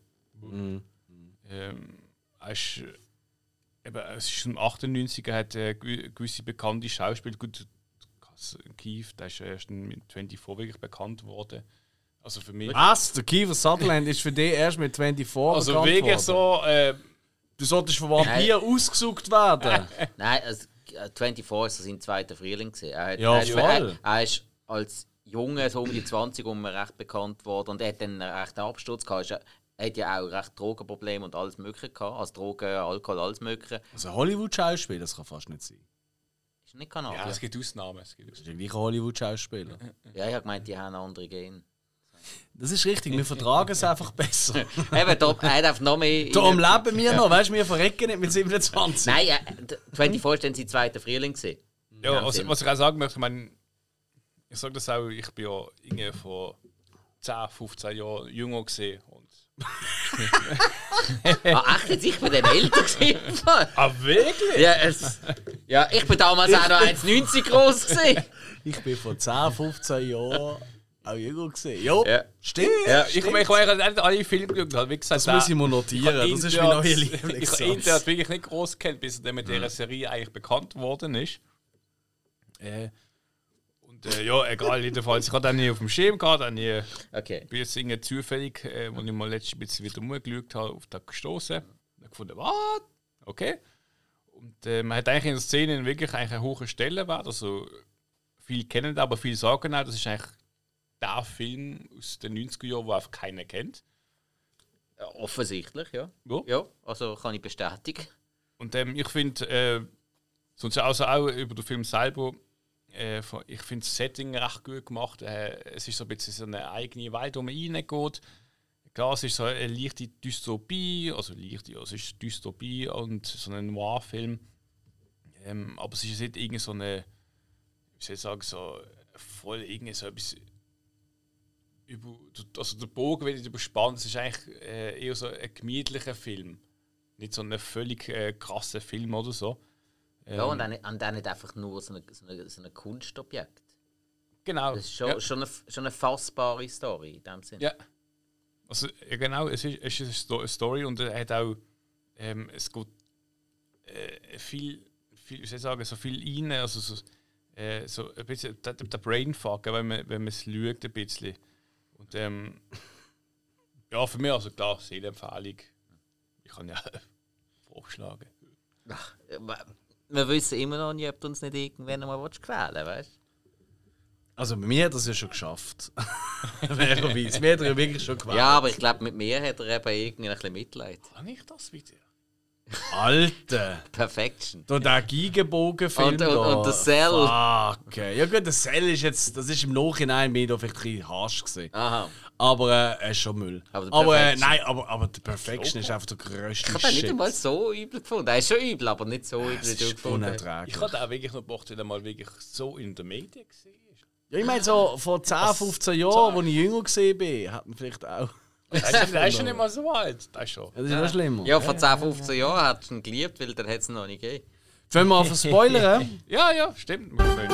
Es ist im 98er hat gewisse bekannte Schauspieler, gut, Keith, der ist erst mit 24 wirklich bekannt worden. Also für mich. Was? Der Kiefer Sutherland ist für dich erst mit 24 also bekannt wegen worden? So. Du solltest von Vampir ausgesucht werden. Nein, also 24 ist sein zweiter Frühling gewesen. Er ist als Junge, so um die 20 recht bekannt worden und er hat dann einen rechten Absturz gehabt. Er hat ja auch recht Drogenprobleme und alles Mögliche gehabt. Also Drogen, Alkohol, alles Mögliche. Also Hollywood-Schauspieler, das kann fast nicht sein. Ist nicht Kanadier. Ja, es gibt Ausnahmen. Das ist ja gleich ein Hollywood-Schauspieler. Ja, ich habe gemeint, die haben andere Gene. Das ist richtig, wir vertragen es einfach besser. Eben, er hat einfach noch mehr... Darum leben wir noch, weißt du, wir verrecken nicht mit 27. Nein, 24 war dann sein zweiter Frühling. Ja, was ich auch sagen möchte, ich sage das auch, ich bin ja irgendwie vor 10, 15 Jahren jünger gesehen. Echt jetzt? Ich bin dann älter gewesen. Wirklich? Ja, ich bin damals auch noch 1,90 groß gewesen. Ich bin vor 10, 15 Jahren auch jünger gesehen. Jo, Ja. stimmt. Ja, stimmt. ich habe nicht alle Filme geschaut. Wie gesagt, Das muss ich mal notieren, das ist mein neuer Ich habe Lieblingssatz. Internet wirklich nicht groß kennt, bis er mit dieser Serie eigentlich bekannt worden ist. Ja, egal, jedenfalls. Ich hatte auch nie auf dem Schirm gehabt, Okay. bin jetzt irgendwie zufällig, als ich mal letztes bisschen wieder rumgeschaut habe, auf das gestoßen. Und gefunden, was? Okay. Und man hat eigentlich in der Szene wirklich einen hohen Stellenwert. Also, viele kennen das, aber viele sagen auch, das ist eigentlich der Film aus den 90er Jahren, den einfach keiner kennt. Ja, offensichtlich, ja. Ja. Ja, also kann ich bestätigen. Und ich finde, sonst also auch über den Film selber, ich finde das Setting recht gut gemacht. Es ist so ein bisschen so eine eigene Welt, wo man reingeht. Klar, es ist so eine leichte Dystopie, es ist Dystopie und so ein Noir-Film. Aber es ist nicht irgendwie so eine, wie soll ich sagen, so voll irgendwie so etwas also der Bogen wird nicht überspannt. Es ist eigentlich eher so ein gemütlicher Film. Nicht so ein völlig krasser Film oder so. Ja, und dann nicht einfach nur so ein Kunstobjekt. Genau. Das ist schon eine fassbare Story in dem Sinne. Ja. Also, ja, genau, es ist eine Story und er hat auch es geht viel, wie soll ich sagen, so viel rein, also so ein bisschen der Brainfuck, wenn man es schaut ein bisschen. Und ja, für mich also klar, Sehempfehlung. Ich kann ja vorschlagen. Ach, wir wissen immer noch nicht, ob du uns nicht irgendwann mal quälen willst, weißt du? Also bei mir hat er es ja schon geschafft. Fairerweise. Mir hat er ja wirklich schon gewählt. Ja, aber ich glaube, mit mir hat er eben irgendwie ein bisschen Mitleid. Kann ich das wieder? Alter! Perfection. Da der Gigenbogen-Film Und der Cell. Fuck. Ja gut, der Cell ist jetzt, das ist im Nachhinein mir da vielleicht ein bisschen harsch gewesen. Aha. Aber er ist schon Müll. Aber Nein, aber der Perfection ist einfach der grösste Ich habe den nicht Shit. einmal so übel gefunden. Er ist schon übel, aber nicht so übel, wie du gefunden hast. Unerträglich. Ich hatte auch wirklich noch gedacht, wenn er mal wirklich so in der Medien gesehen ist. Ja, ich meine, so vor 10, 15 Jahren, als ich jünger war, hat man vielleicht auch. Der ist schon nicht mal so alt. Das ist schon. Das ist noch schlimmer. Ja, vor 10, 15 Jahren hat es ihn geliebt, weil der hat es noch nicht gegeben. Wollen wir auf spoilern? Ja, stimmt.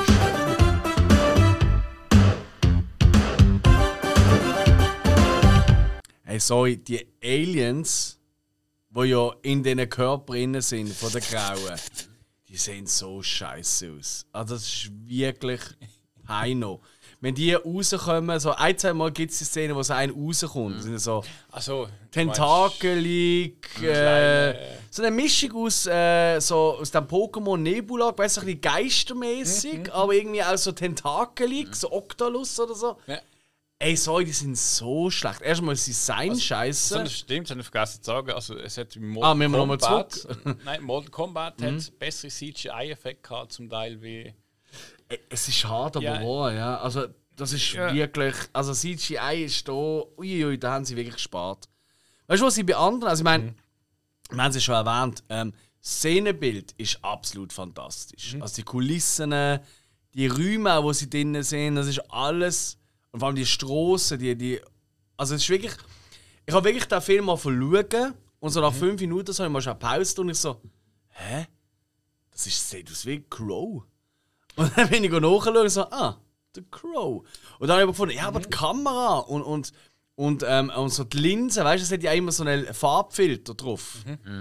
Hey, sorry, die Aliens, die ja in diesen Körpern sind, von den Grauen, die sehen so scheiße aus. Also, das ist wirklich Heino. Wenn die rauskommen, so ein, zwei Mal gibt es die Szene, wo so einer rauskommt. Das sind so Also, tentakelig, so eine Mischung aus, so aus dem Pokémon Nebula, weißt du, ein bisschen geistermäßig, aber irgendwie auch so tentakelig, so Octalus oder so. Ja. Ey, sorry, die sind so schlecht. Erstmal das Design scheiße. Das stimmt, das habe ich vergessen zu sagen. Also, es hat im müssen wir nochmal zurück? Nein, Mortal Kombat hat bessere CGI-Effekte gehabt, zum Teil wie. Es ist schade, aber wahr, ja. Also, das ist wirklich. Also, CGI ist da. Uiui, da haben sie wirklich gespart. Weißt du, was sie bei anderen. Also, ich meine, wir haben es ja schon erwähnt. Das Szenenbild ist absolut fantastisch. Also, die Kulissen, die Räume, wo sie drinnen sind, das ist alles. Und vor allem die Strassen, also, es ist wirklich. Ich habe wirklich den Film mal schauen und so nach 5 Minuten so, ich mal schon Pause und ich so. Hä? Das sieht aus wie Crow. Und dann bin ich nachschauen und so, der Crow. Und dann habe ich gefunden, ja, aber die Kamera und so die Linse, weißt du, es hat ja immer so einen Farbfilter drauf.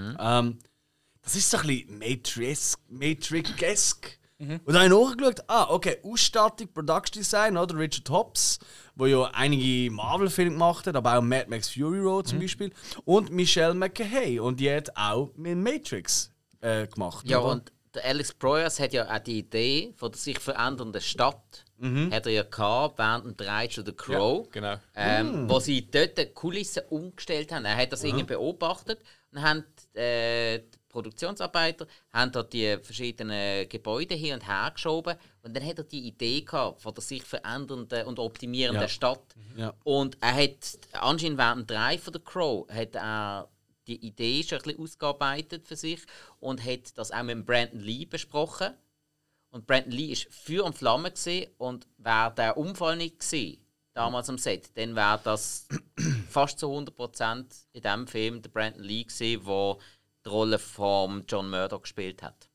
Das ist so ein bisschen Matrix-esque. Und dann habe ich nachgeschaut, okay, Ausstattung, Production Design, oder? Richard Hobbs, der ja einige Marvel-Filme gemacht hat, aber auch Mad Max Fury Road zum Beispiel. Und Michelle McKay, und die hat auch mit Matrix gemacht. Ja, oder? und der Alex Proyas hat ja auch die Idee von der sich verändernden Stadt, hat er ja gehabt, während dem Dreh zu The Crow, Genau. wo sie dort die Kulissen umgestellt haben. Er hat das irgendwie beobachtet und haben die Produktionsarbeiter haben dort die verschiedenen Gebäude hin und her geschoben und dann hat er die Idee gehabt von der sich verändernden und optimierenden Stadt. Ja. Und er hat anscheinend während dem Dreh von The Crow hat er die Idee schon ein bisschen ausgearbeitet für sich und hat das auch mit Brandon Lee besprochen. Und Brandon Lee war Feuer und Flamme und wäre der Unfall nicht gewesen, damals am Set, dann wäre das fast zu 100% in dem Film der Brandon Lee gewesen, der die Rolle von John Murdoch gespielt hat.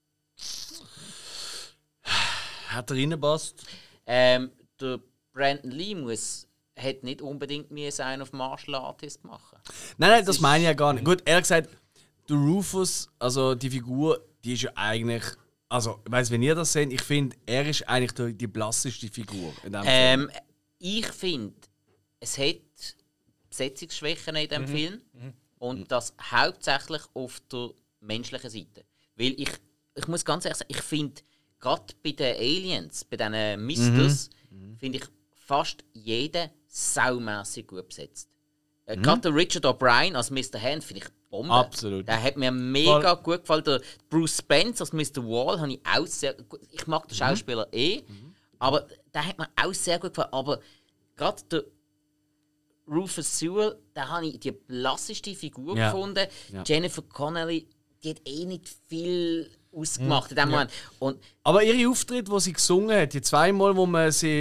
Hat er reingepasst? Der Brandon Lee hat nicht unbedingt einen auf Martial Artist machen. Nein, das meine ich ja gar nicht. Gut, ehrlich gesagt, der Rufus, also die Figur, die ist ja eigentlich. Also, ich weiss, wenn ihr das seht, ich finde, er ist eigentlich die blasseste Figur in diesem Film. Ich finde, es hat Besetzungsschwächen in diesem Film. Und das hauptsächlich auf der menschlichen Seite. Weil ich muss ganz ehrlich sagen, ich finde, gerade bei den Aliens, bei diesen Misters, finde ich fast jeden saumässig gut besetzt. Gerade der Richard O'Brien als Mr. Hand finde ich Bombe. Absolut. Der hat mir mega gut gefallen. Der Bruce Spence als Mr. Wall habe ich auch sehr gut. Ich mag den Schauspieler aber der hat mir auch sehr gut gefallen. Aber gerade der Rufus Sewell, da habe ich die blasseste Figur gefunden. Ja. Jennifer Connelly, die hat nicht viel ausgemacht in dem Moment. Und aber ihre Auftritte, wo sie gesungen hat, die 2 Mal, wo man sie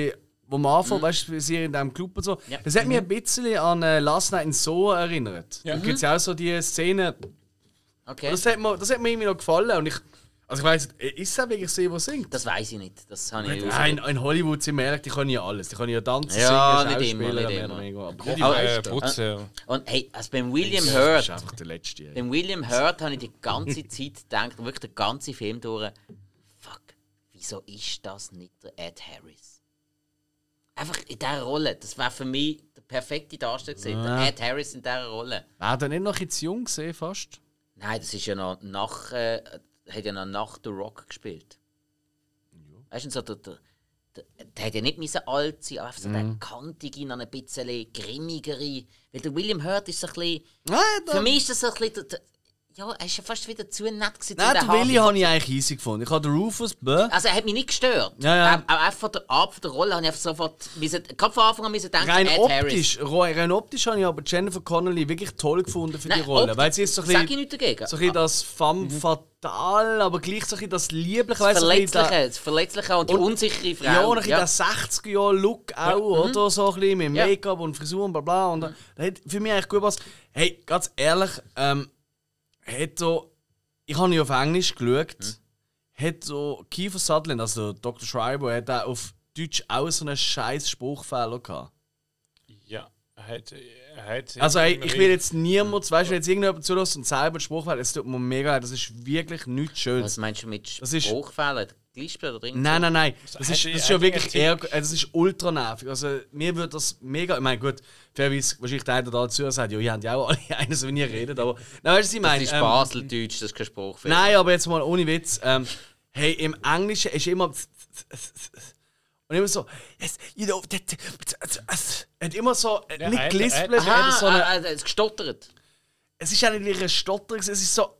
wo man anfängt, weißt du, sie in diesem Club und so, das hat mich ein bisschen an Last Night in Soho erinnert. Da gibt es ja auch so die Szene. Okay. Das hat mir irgendwie noch gefallen. Und ich weiss, ist es wirklich sie, die singt? Das weiß ich nicht. Das habe ich Nein, in Hollywood sind wir ehrlich, die können ja alles. Die können ja tanzen, ja, singen, nicht immer, Schauspieler, nicht mehr immer. oder weniger. Aber die meisten. Putze. Und hey, also beim William Das Hurt, ist einfach der letzte. beim William Hurt habe ich die ganze Zeit gedacht, wirklich den ganzen Film durch, fuck, wieso ist das nicht der Ed Harris? Einfach in dieser Rolle, das wäre für mich der perfekte Darsteller gewesen, der Ed Harris in dieser Rolle. War der nicht noch jetzt jung gesehen, fast? Nein, das ist ja noch hat ja noch nach The Rock gespielt. Weißt du, so der hat ja nicht müssen alt sein, aber einfach so der kantige, noch ein bisschen grimmigere. Weil der William Hurt ist so ein bisschen. Für mich ist das so ein bisschen. Ja, er ist ja fast wieder zu nett gewesen. Nein, den Willi habe ich eigentlich easy gefunden. Ich habe den Rufus, Also er hat mich nicht gestört. Ja. Auch einfach von der Art von der Rolle habe ich einfach sofort. Gerade von Anfang an müssen denken, rein Ed optisch, Harris. rein optisch habe ich aber Jennifer Connelly wirklich toll gefunden für die Rolle. Weil sie ist so ein Sag ich bisschen, nichts dagegen. so ein bisschen das femme fatale, aber gleich so ein bisschen das Liebliche. Das Verletzliche und die unsichere Frau. Ja, und ein bisschen der 60er-Jahre-Look auch, oder? So ein bisschen mit Make-up und Frisur und bla bla. Und das hat für mich eigentlich gut was. Hey, ganz ehrlich, ich habe nicht auf Englisch geschaut, hat so Kiefer Sutherland, also Dr. Schreiber, hat auch auf Deutsch auch so einen scheiß Spruchfehler gehabt. Ja, er hat Also ich will jetzt niemand, weißt du, wenn jetzt irgendjemand zulässt und selber Spruchfehler, es tut mir mega leid, das ist wirklich nichts Schönes. Was meinst du mit Das ist- Spruchfehler? Gelispelt oder drin? Nein. Das ist hat ja die wirklich Erzählung- das ist ultra nervig. Also mir würde das mega. Ich meine, gut, fairerweise wahrscheinlich der eine oder andere Zuhörer sagt, ja, ihr habt ja auch alle eines, wenn ihr redet, aber. Nein, weißt du, was ich Das meine? ist Baseldeutsch, das ist kein Spruchfehler. Nein, aber jetzt mal ohne Witz. Hey, im Englischen ist immer. Und immer so, yes, you know, und immer so, nicht gelispelt, sondern so eine. Es gestottert. Es ist ja nicht wirklich ein Stotter, es ist so,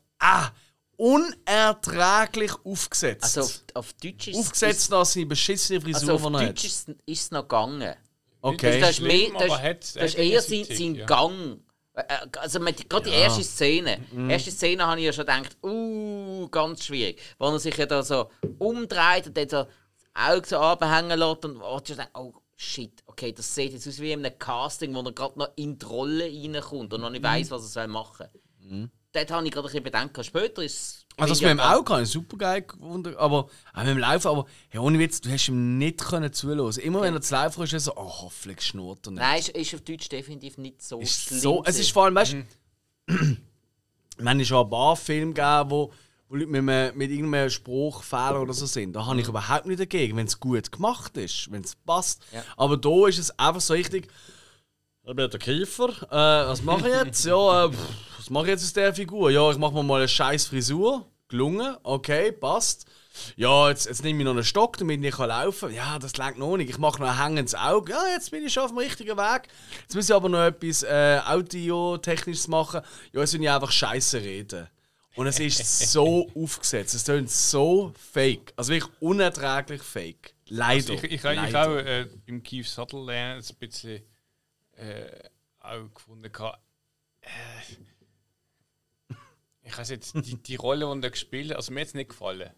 unerträglich aufgesetzt. Also auf Deutsch ist Aufgesetzt nach seine beschissene Frisur, also auf die er Deutsch hat. ist es noch gegangen. Okay. Das ist, mehr, Schlimm, aber das hat ist eher sein Intensität, ja. Gang. Also gerade die erste Szene. Mhm. Die erste Szene habe ich ja schon gedacht, ganz schwierig. Wo er sich ja da so umdreht und dann so das Auge so runterhängen lässt und du denkst, oh shit, okay, das sieht jetzt aus wie in einem Casting, wo er gerade noch in die Rolle reinkommt und noch nicht weiss, was er machen soll. Dort habe ich gerade ein bisschen Bedenken. Später ist es. Also das mit dem Auge habe ich super geil gefunden, aber auch mit dem Laufen, aber hey, ohne Witz, du hast ihm nicht zuhören. Immer wenn er zu laufen ist, ist er so, oh, hoffentlich schnurrt er nicht. Nein, ist auf Deutsch definitiv nicht so Ist schlimm. so, es ist vor allem, weißt du, wir haben schon ein paar Filme gegeben, wo Leute mit irgendeinem Spruchfehler oder so sind. Da habe ich überhaupt nicht dagegen, wenn es gut gemacht ist, wenn es passt. Ja. Aber da ist es einfach so richtig. Ich bin der Kiefer. Was mache ich jetzt? Ja, was mache ich jetzt aus dieser Figur? Ja, ich mache mir mal eine scheiß Frisur. Gelungen, okay, passt. Ja, jetzt nehme ich noch einen Stock, damit ich laufen kann. Ja, das reicht noch nicht. Ich mache noch ein hängendes Auge. Ja, jetzt bin ich schon auf dem richtigen Weg. Jetzt muss ich aber noch etwas Audio-Technisches machen. Ja, jetzt will ich einfach Scheiße reden. Und es ist so aufgesetzt. Es klingt so fake. Also wirklich unerträglich fake. Leider. Also ich habe Leider. auch beim Keith Sutherland ein bisschen auch gefunden. Ich weiß jetzt, die Rolle, die er gespielt hat, also mir hat es nicht gefallen.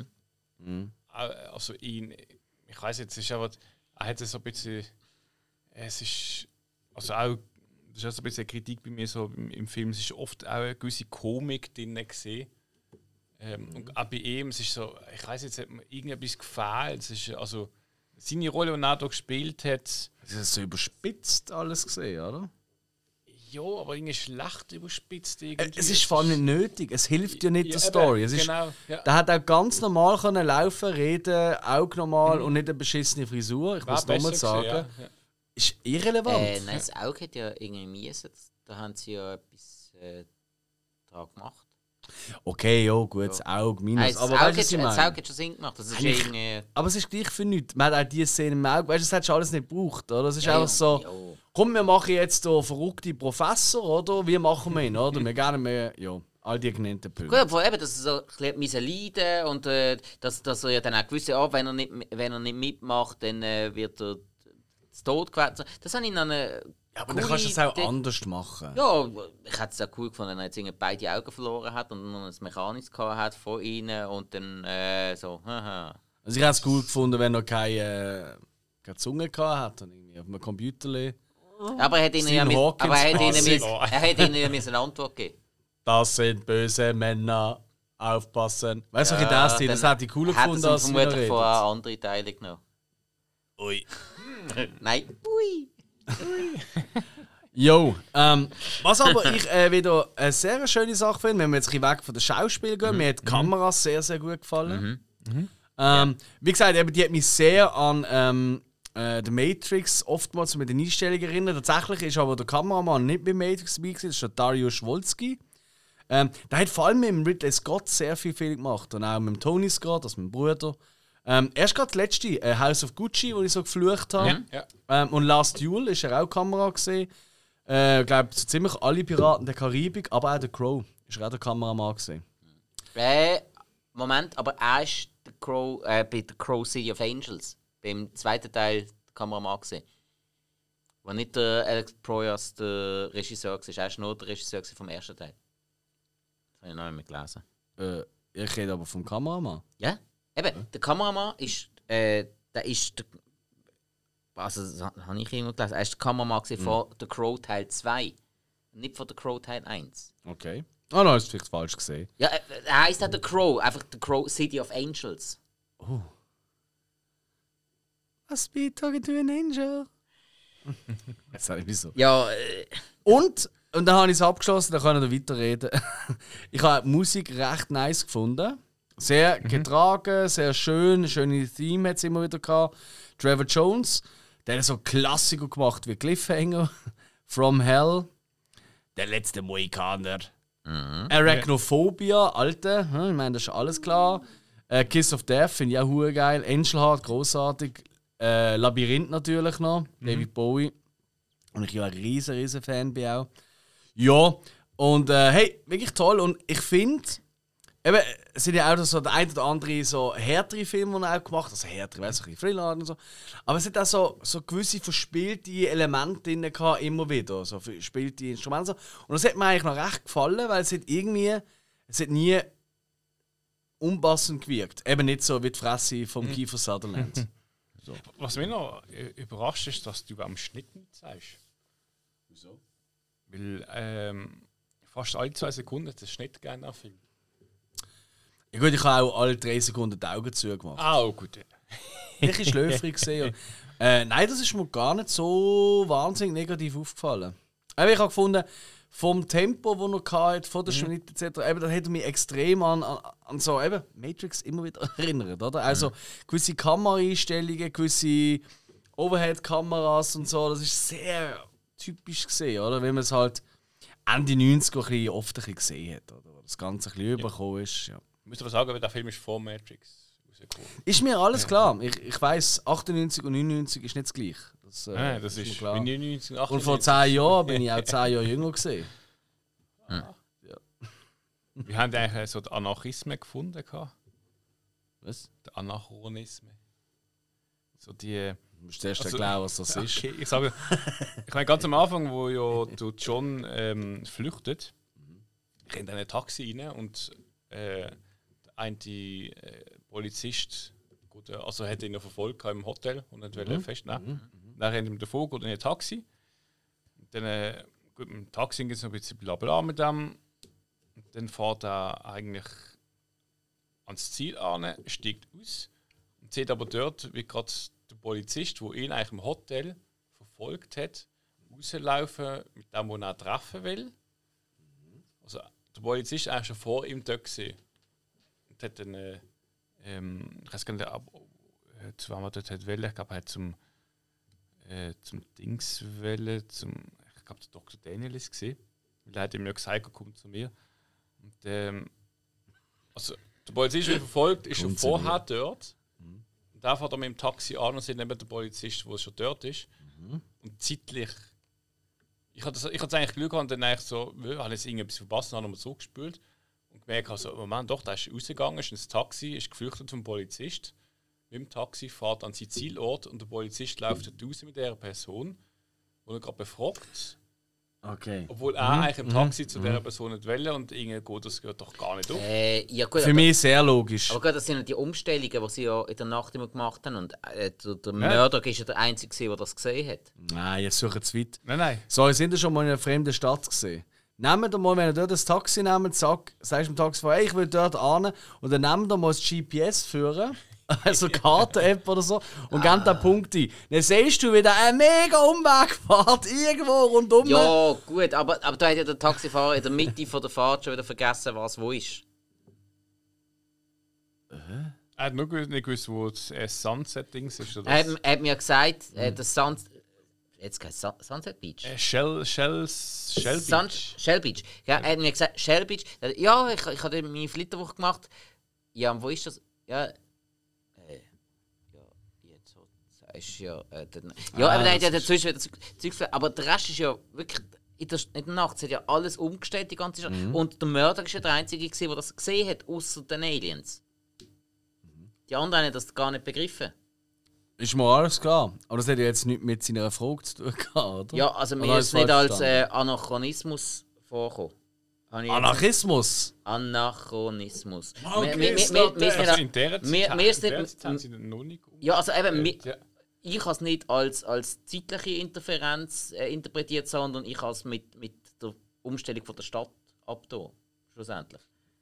Also ihn, ich weiß jetzt, es ist aber, er hat so ein bisschen, es ist, also auch, das ist auch so ein bisschen eine Kritik bei mir so im Film, es ist oft auch eine gewisse Komik drin gesehen. Und auch bei ihm, es ist so, ich weiß jetzt, hat mir irgendetwas gefällt. Es ist also seine Rolle, die er da gespielt hat. Das ist so überspitzt alles gesehen, oder? Ja, aber irgendwie schlecht überspitzt. Irgendwie. Es ist vor allem nicht nötig. Es hilft ja nicht der Story. Es ist, genau, ja. Der hat auch ganz normal können laufen, reden, Auge normal und nicht eine beschissene Frisur. Ich muss nochmal sagen. Gewesen, ja. Ist irrelevant. Nein, das Auge hat ja irgendwie miesen. Da haben sie ja etwas dran gemacht. Okay, ja, gut, das Auge, minus. Nein, das aber Auge weißt du, was ich das meine? Auge hat schon Sinn gemacht. Das ist Eigentlich- irgendwie... Aber es ist gleich für nichts. Man hat auch diese Szene im Auge. Weißt du, das hättest du alles nicht gebraucht, oder? Es ist einfach so, Ja. komm, wir machen jetzt hier verrückte Professor, oder? Wie machen wir ihn, oder? Wir gerne mehr, ja, all die genannten Punkte. Gut, vor allem, dass er so ein bisschen leiden und dass er ja dann auch gewisse wenn er nicht mitmacht, dann wird er zu Tod gewählt. Das habe ich dann Ja, aber dann kannst du es auch anders machen. Ja, ich hätte es auch cool gefunden, wenn er jetzt irgendwie beide Augen verloren hat und noch ein mechanisches gehabt hat von ihnen und dann so, haha. Also ich hätte es cool gefunden, wenn er kein keine Zunge gehabt hat, irgendwie auf einem Computer. Aber er hat ihnen ja eine Antwort gegeben. Das sind böse Männer, aufpassen. Weißt du, das hätte ich cooler gefunden, als wir vermutlich von anderen Teilen genommen. Ui. Nein. Ui. Jo, was aber ich wieder eine sehr schöne Sache finde, wenn wir jetzt ein bisschen weg von den Schauspielern gehen, mir hat die Kamera sehr, sehr gut gefallen. Wie gesagt, eben, die hat mich sehr an The Matrix oftmals mit den Einstellungen erinnert. Tatsächlich ist aber der Kameramann nicht bei Matrix dabei gewesen, das ist der Dariusz Wolski. Der hat vor allem mit dem Ridley Scott sehr viel gemacht und auch mit dem Tony Scott, also mit dem Bruder. Erst gerade das letzte, House of Gucci, wo ich so geflucht habe. Ja. Und Last Duel ist er auch Kamera gesehen. Ich glaube, so ziemlich alle Piraten der Karibik, aber auch der Crow ist auch der Kameramann gesehen. Moment, aber er ist der Crow, bei der Crow City of Angels, beim zweiten Teil der Kameramann gesehen. Wo nicht der Alex Proyas der Regisseur war, er war nur der Regisseur vom ersten Teil. Das habe ich noch nicht mehr gelesen. Ich rede aber vom Kameramann. Ja, eben, der Kameramann ist, der ist der, also das habe ich irgendwo gelesen, er ist der Kameramann von The Crow Teil 2, nicht von The Crow Teil 1. Okay. Ah, nein, ist vielleicht falsch gesehen. Ja, er heisst auch The Crow, einfach The Crow City of Angels. Oh. Must be talking to an angel. Jetzt sage ich wieso. Ja, Und dann habe ich es abgeschlossen, dann kann ich noch weiterreden. Ich habe die Musik recht nice gefunden. Sehr getragen, sehr schön, schöne Theme hat es immer wieder gehabt. Trevor Jones, der hat so Klassiker gemacht wie Cliffhanger, From Hell, Der letzte Mohikaner, Arachnophobia, alte, ich meine, das ist alles klar. Kiss of Death finde ich auch hure geil. Angel Heart, großartig. Labyrinth natürlich noch, David Bowie. Und ich bin auch ein riesen Fan bin auch. Ja, und hey, wirklich toll. Und ich finde, eben, es sind ja auch so der ein oder andere so härtere Filme, die er auch gemacht hat. Also härtere, weißt du, ein bisschen Thriller und so. Aber es hat auch so gewisse verspielte Elemente drin gehabt, immer wieder. So verspielte Instrumente. Und das hat mir eigentlich noch recht gefallen, weil es hat nie unpassend gewirkt. Eben nicht so wie die Fresse vom Kiefer Sutherland. So. Was mich noch überrascht ist, dass du am Schnitt nicht sagst. Wieso? Weil fast alle 2 Sekunden hat der Schnitt gerne Film. Ja gut, ich habe auch alle 3 Sekunden die Augen zugemacht. Ah, gut. Ja. Ich war schlöfrig gesehen. Nein, das ist mir gar nicht so wahnsinnig negativ aufgefallen. Aber ich habe gefunden, vom Tempo, das er hatte, von der Schnitt etc., eben, das hat mich extrem an so eben Matrix immer wieder erinnert. Oder? Also gewisse Kameraeinstellungen, gewisse Overhead-Kameras und so, das ist sehr typisch gesehen, oder? Wenn man es halt Ende 90er oft ein bisschen gesehen hat, oder? Das Ganze ein bisschen übergekommen ist. Ja. Ich muss aber sagen, der Film ist vor Matrix rausgekommen. Ist mir alles klar. Ich weiss, 98 und 99 ist nicht das Gleiche. Das ist klar. 99, 98. Und vor 10 Jahren bin ich auch 10 Jahre jünger gesehen. Ja. Wir haben eigentlich so den Anarchismus gefunden. Was? Der Anachronismus. So die. Du musst zuerst erklären, was das ist. Okay, ich meine, ganz am Anfang, wo ja John flüchtet, rennt er in ein Taxi rein und der eine Polizist hat ihn noch verfolgt im Hotel und nicht wollte festnehmen. Dann rennt ihm davor, geht in ein Taxi. Und dann, gut, mit dem Taxi geht es noch ein bisschen blabla mit dem. Und dann fährt er eigentlich ans Ziel an, steigt aus und sieht aber dort, wie gerade der Polizist, der ihn eigentlich im Hotel verfolgt hat, rauslaufen mit dem, den er treffen will. Also der Polizist war eigentlich schon vor ihm dort gewesen. Und hat dann, ich weiß gar nicht, zu wem er dort wollte. Ich glaube, er hat zum Dings wollen, ich glaube, der Dr. Daniel ist gesehen. Weil er hat ihm ja gesagt, er kommt zu mir. Und, also der Polizist, der verfolgt, ist schon vorher dort. Und da fährt er mit dem Taxi an und sieht neben der Polizist, der schon dort ist. Und zeitlich. Ich hatte eigentlich Glück gehabt und dann eigentlich so, habe ich irgendetwas verpasst und habe nochmal zurückgespült. Und gemerkt habe, so, Moment, doch, der ist rausgegangen, ist ins Taxi, ist geflüchtet vom Polizist. Mit dem Taxi fährt an seinen Zielort und der Polizist läuft raus mit dieser Person, die er gerade befragt. Okay. Obwohl er eigentlich im Taxi zu dieser Person nicht will und irgendwie geht das gehört doch gar nicht auf. Ja, gut, Für mich sehr logisch. aber gut, das sind ja die Umstellungen, die sie ja in der Nacht immer gemacht haben. Und der Mörder ist ja der Einzige, der das gesehen hat. Nein, jetzt suche ich zu weit. Nein. So, sind ihr schon mal in einer fremden Stadt gesehen? Nehmt ihr mal, wenn ihr dort das Taxi nehmt, sagst dem Taxifahrer, hey, ich will dort hin. Und dann nehmt ihr mal das GPS führen. Also Karten-App oder so. Und gebt den Punkt ein. Dann siehst du wieder einen mega Umweg fährt irgendwo rundum. Ja, gut, aber da hat ja der Taxifahrer in der Mitte von der Fahrt schon wieder vergessen, was wo ist. Er hat nur nicht gewusst, wo das Sunset-Dings ist. Oder Er hat mir gesagt, das Jetzt heißt es Sunset Beach. Shell Beach. Shell Beach. Ja, er hat mir gesagt, Shell Beach. Ja, ich habe meine Flitterwoche gemacht. Ja, und wo ist das? Ja, jetzt so sagst du ja. Ja, aber nein, der hat dazwischen wieder Zeug. Aber der Rest ist ja wirklich. In der Nacht hat ja alles umgestellt, die ganze Stadt. Und der Mörder war ja der Einzige, der das gesehen hat, außer den Aliens. Die anderen haben das gar nicht begriffen. Ist mir alles klar. Aber das hat ja jetzt nichts mit seiner Frage zu tun gehabt, oder? Ja, also mir ist es nicht als Anachronismus vorkommen. Anarchismus? Anachronismus. Also in der Zeit haben sie noch nicht. Ja, also eben, ich habe es nicht als zeitliche Interferenz interpretiert, sondern ich habe es mit der Umstellung von der Stadt abgetan, schlussendlich.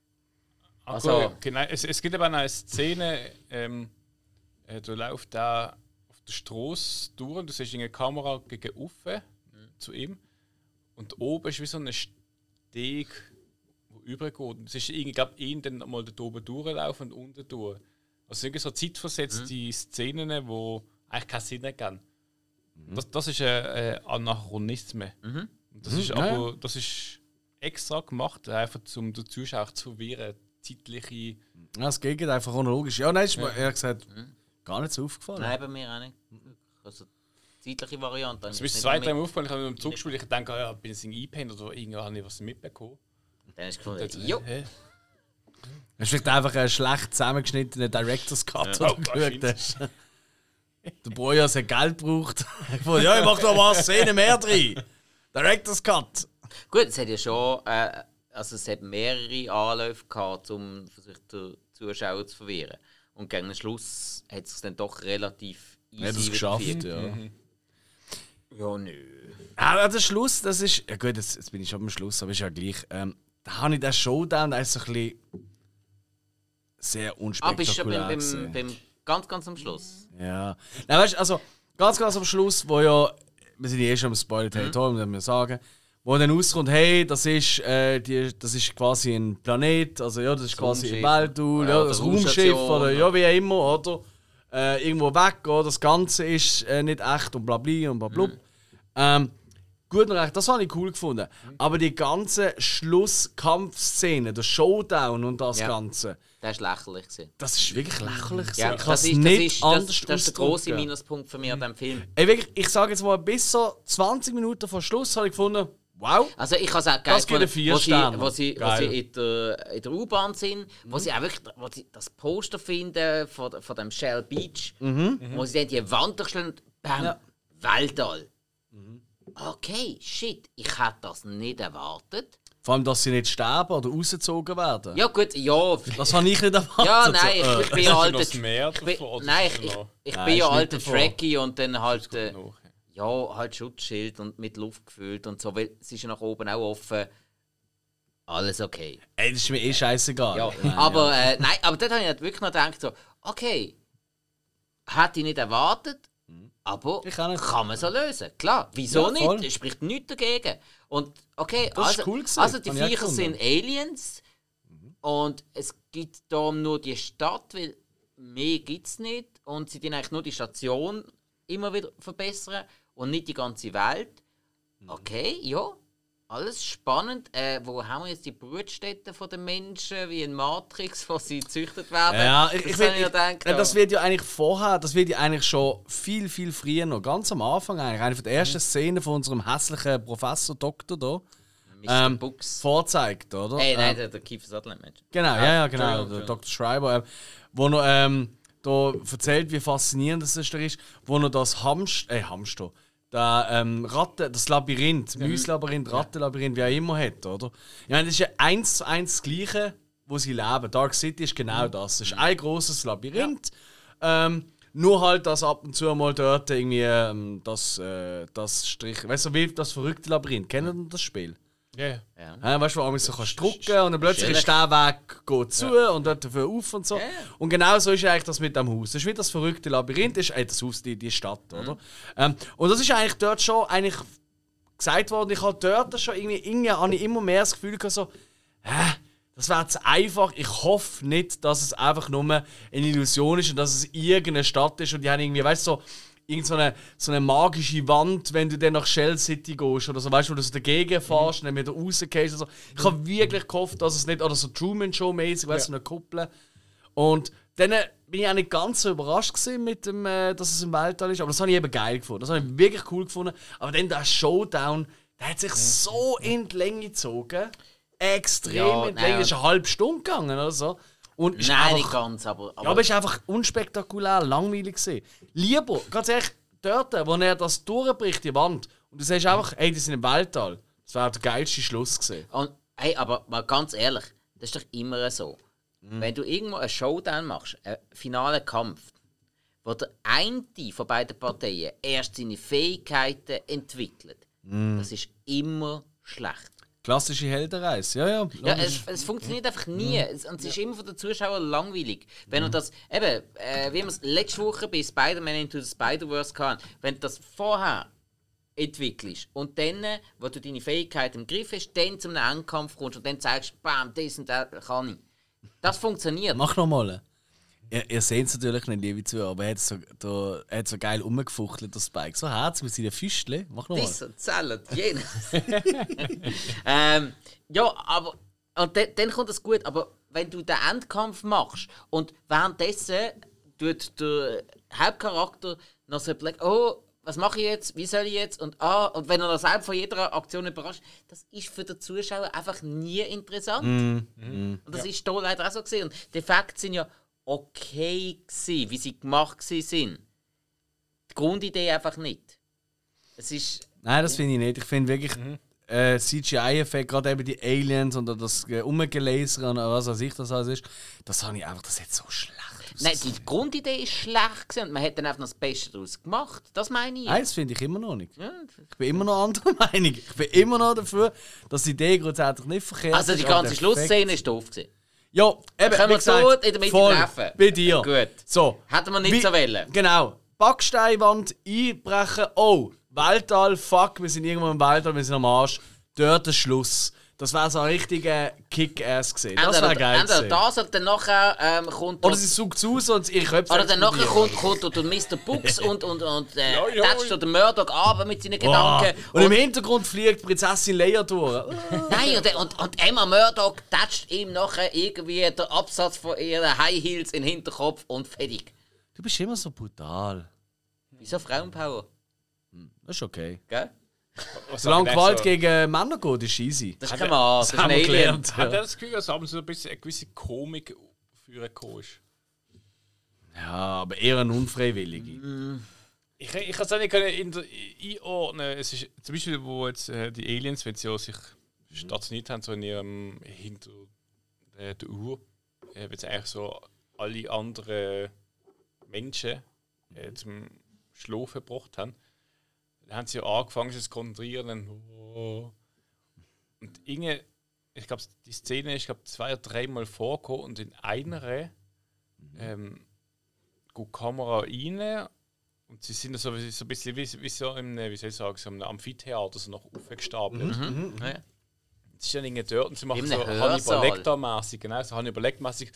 Also, genau, es gibt aber eine Szene, da läuft da auf der Straße durch und du siehst eine Kamera gegen Ufe zu ihm. Und oben ist wie so ein Steg, der übergeht. Es ist irgendwie, glaube ich, ihn dann mal da oben durchlaufen und unten durch. Also irgendwie so zeitversetzte Szenen, die eigentlich keinen Sinn ergeben. Das ist ein Anachronismus. Das ist aber das ist extra gemacht, einfach um den Zuschauer zu verwirren, zeitliche. Ja, das geht einfach chronologisch. Ja, nein, ist mir ehrlich gesagt gar nicht so aufgefallen. Nein, bei mir auch nicht. Also zeitliche Variante. Es ist zwei, drei Mal aufgefallen, ich habe mit dem Zug gespielt, ich denke, ja, bin ich eingepennt oder irgendwie habe ich was mitbekommen. Dann ist gefunden, jo. Hast du vielleicht einfach einen schlecht zusammengeschnittenen Director's Cut geschaut hast? Der Boyas hat Geld gebraucht. Ja, ich mach da mal Szene mehr drin. Director's Cut. Gut, es hat ja schon also es hat mehrere Anläufe gehabt, um den Zuschauer zu verwirren. Und gegen den Schluss hat es dann doch relativ easy hat es geschafft, ja. Ja, nö. Ja, der Schluss, das ist... Ja gut, jetzt bin ich schon am Schluss, aber ist ja gleich. Da habe ich den Showdown, der ist so ein bisschen sehr unspektakulär. Aber bist du beim ganz am Schluss? Ja. Nein, weißt du, also ganz am Schluss, wo ja... Wir sind ja schon am Spoiler-Territorium, müssen wir sagen. Wo dann rauskommt, hey, das ist quasi ein Planet, also ja, das ist quasi ein Weltall, ja, das Raumschiff oder ja, wie auch immer, oder? Irgendwo weg, oder? Das Ganze ist nicht echt und blabli und blablub. Gut und recht, das habe ich cool gefunden. Aber die ganze Schlusskampfszene, der Showdown und das Ganze. Das war lächerlich. Das ist wirklich lächerlich. Ja, ich kann es nicht anders das ist der grosse Minuspunkt für mich an diesem Film. Ey, wirklich, ich sage jetzt mal, bis so 20 Minuten vor Schluss habe ich gefunden, wow. Also ich habe es auch geil gefunden, wo sie in der U-Bahn sind, wo sie auch wirklich das Poster finden von dem Shell Beach, wo sie dann die Wand durchschlagen und bam, Weltall. Okay, shit, ich hätte das nicht erwartet. Vor allem, dass sie nicht sterben oder rausgezogen werden. Ja gut, ja. Das habe ich nicht erwartet. Ja, nein, ich bin ja alter... Ich bin ja alter Trekkie und dann halt... Ja, halt Schutzschild und mit Luft gefüllt und so, weil es ist ja nach oben auch offen. Alles okay. Ey, das ist mir scheißegal. Ja, aber nein, aber dort habe ich wirklich noch gedacht, so, okay, hätte ich nicht erwartet, aber kann man so lösen. Klar, wieso nicht? Es spricht nichts dagegen. Und okay, also die Viecher sind Aliens und es gibt da nur die Stadt, weil mehr gibt es nicht und sie eigentlich nur die Station immer wieder verbessern und nicht die ganze Welt. Okay, ja, alles spannend. Wo haben wir jetzt die Brutstätten den Menschen, wie in Matrix, wo sie gezüchtet werden? Ja, das wird ja eigentlich vorher, das wird ja eigentlich schon viel früher noch, ganz am Anfang eigentlich, eine der ersten Szenen von unserem hässlichen Professor Doktor da. Mr. Books. Vorzeigt, oder? Nein, der Kiefer Sutherland. Genau, ja, genau, der Dr. Schreiber, wo noch da erzählt, wie faszinierend das ist, wo noch das Hamster, das Labyrinth, Mäuslabyrinth, Rattenlabyrinth, wie auch immer hat, oder? Ich meine, das ist ja 1:1 das Gleiche, wo sie leben. Dark City ist genau das. Es ist ein grosses Labyrinth. Nur halt, dass ab und zu mal dort irgendwie das Strich. Weißt du, wie das verrückte Labyrinth? Kennen Sie das Spiel? Ja. Weißt du, wo man so kannst drücken und dann plötzlich ist der Weg geht zu und dort dafür auf und so. Und genau so ist eigentlich das mit dem Haus. Das ist wie das verrückte Labyrinth, das ist das Haus, die Stadt, oder? Und das ist eigentlich dort schon gesagt worden. Ich habe dort schon irgendwie habe ich immer mehr das Gefühl gehabt, so, das wäre zu einfach. Ich hoffe nicht, dass es einfach nur eine Illusion ist und dass es irgendeine Stadt ist und die haben irgendwie, weißt du, so eine magische Wand, wenn du dann nach Shell City gehst oder so, weißt du, wo du so dagegen fährst und dann wieder rausgehst. Also, ich habe wirklich gehofft, dass es nicht, oder so Truman Show-mäßig, weißt du, so eine Kuppel. Und dann bin ich auch nicht ganz so überrascht gewesen mit dem, dass es im Weltall ist, aber das habe ich eben geil gefunden. Das habe ich wirklich cool gefunden. Aber dann der Showdown, der hat sich so in die Länge gezogen. Extrem in die Länge. Das ist eine halbe Stunde gegangen oder so. Und ist Nein, einfach, nicht ganz, aber... Ja, aber es war einfach unspektakulär, langweilig gewesen. Lieber, ganz ehrlich, dort, wo er das durchbricht, die Wand, und du sagst einfach, hey, die sind im Weltall. Das wäre der geilste Schluss gewesen. Und, hey, aber mal ganz ehrlich, das ist doch immer so. Wenn du irgendwo einen Showdown machst, einen finalen Kampf, wo der eine von beiden Parteien erst seine Fähigkeiten entwickelt, das ist immer schlecht. Klassische Heldenreise, ja. Ja, es funktioniert einfach nie. Und es ist immer für den Zuschauer langweilig. Wenn du das, eben, wie wir es letzte Woche bei Spider-Man Into the Spider-Verse hatten, wenn du das vorher entwickelst und dann, wo du deine Fähigkeit im Griff hast, dann zum Endkampf kommst und dann zeigst, bam, das und das kann ich. Das funktioniert. Mach nochmal. Ihr seht es natürlich nicht, liebe Zuhörer, aber er hat so geil rumgefuchtelt, das Spike. So Herz mit seinen Füßchen. Mach nochmal. Das zählt, jenes. Ja, aber... Und dann kommt das gut, aber wenn du den Endkampf machst und währenddessen tut der Hauptcharakter noch so überlegt, oh, was mache ich jetzt, wie soll ich jetzt und wenn er noch selbst von jeder Aktion überrascht, das ist für den Zuschauer einfach nie interessant. Und das ist hier leider auch so gesehen. Und die Effekte sind ja okay gewesen, wie sie gemacht sind. Die Grundidee einfach nicht. Es ist... Nein, das finde ich nicht. Ich finde wirklich CGI-Effekt, gerade eben die Aliens und das Umgelaser und was weiß ich das alles ist, das habe ich einfach, das hat so schlecht ausgesehen. Nein, die Grundidee ist schlecht gewesen und man hat dann einfach noch das Beste daraus gemacht. Das meine ich. Nein, das finde ich immer noch nicht. Ja. Ich bin immer noch anderer Meinung. Ich bin immer noch dafür, dass die Idee grundsätzlich nicht verkehrt ist. Also die ganze Schlussszene ist doof gewesen. Ja, eben, können wir so in der Mitte treffen. Bei dir. Gut. So. Hätten wir nicht so wollen. Genau. Backsteinwand einbrechen. Oh, Weltall, fuck, wir sind irgendwo im Weltall, wir sind am Arsch. Dort ist Schluss. Das wäre so ein richtiger Kick-Ass gewesen. Das wäre geil gewesen. Entweder das oder dann nachher kommt... Oder sie sucht es aus und ihre Köpfe... Oder dann nachher kommt der Mr. Books und tätscht den Murdoch ab mit seinen Gedanken. Und im Hintergrund fliegt Prinzessin Leia durch. Nein, und Emma Murdoch tätscht ihm nachher irgendwie den Absatz von ihren High Heels in den Hinterkopf und fertig. Du bist immer so brutal. Wieso Frauenpower? Das ist okay. Gell? Solange Gewalt gegen Männer geht, ist easy. Das kann man, das ist ein Alien. Hat er das Gefühl, dass abends so ein bisschen eine gewisse Komik führen ist? Ja, aber eher eine unfreiwillige. Ich kann es auch nicht einordnen. Es ist zum Beispiel, wo jetzt die Aliens, wenn sie ja sich stationiert haben, so in ihrem hinter der Uhr, wenn sie eigentlich so alle anderen Menschen zum Schlafen gebracht haben. Dann haben sie ja angefangen sich zu konzentrieren. Und ich glaube, die Szene ist 2 oder 3 Mal vorgekommen und in einer geht die Kamera rein und sie sind so ein bisschen wie so im, wie soll ich sagen, so einem Amphitheater so noch aufgestapelt. Ja. Sie ist dann irgendwie dort und sie machen so Hannibal Lecter-mäßig, genau, so Hannibal Lecter-mäßig.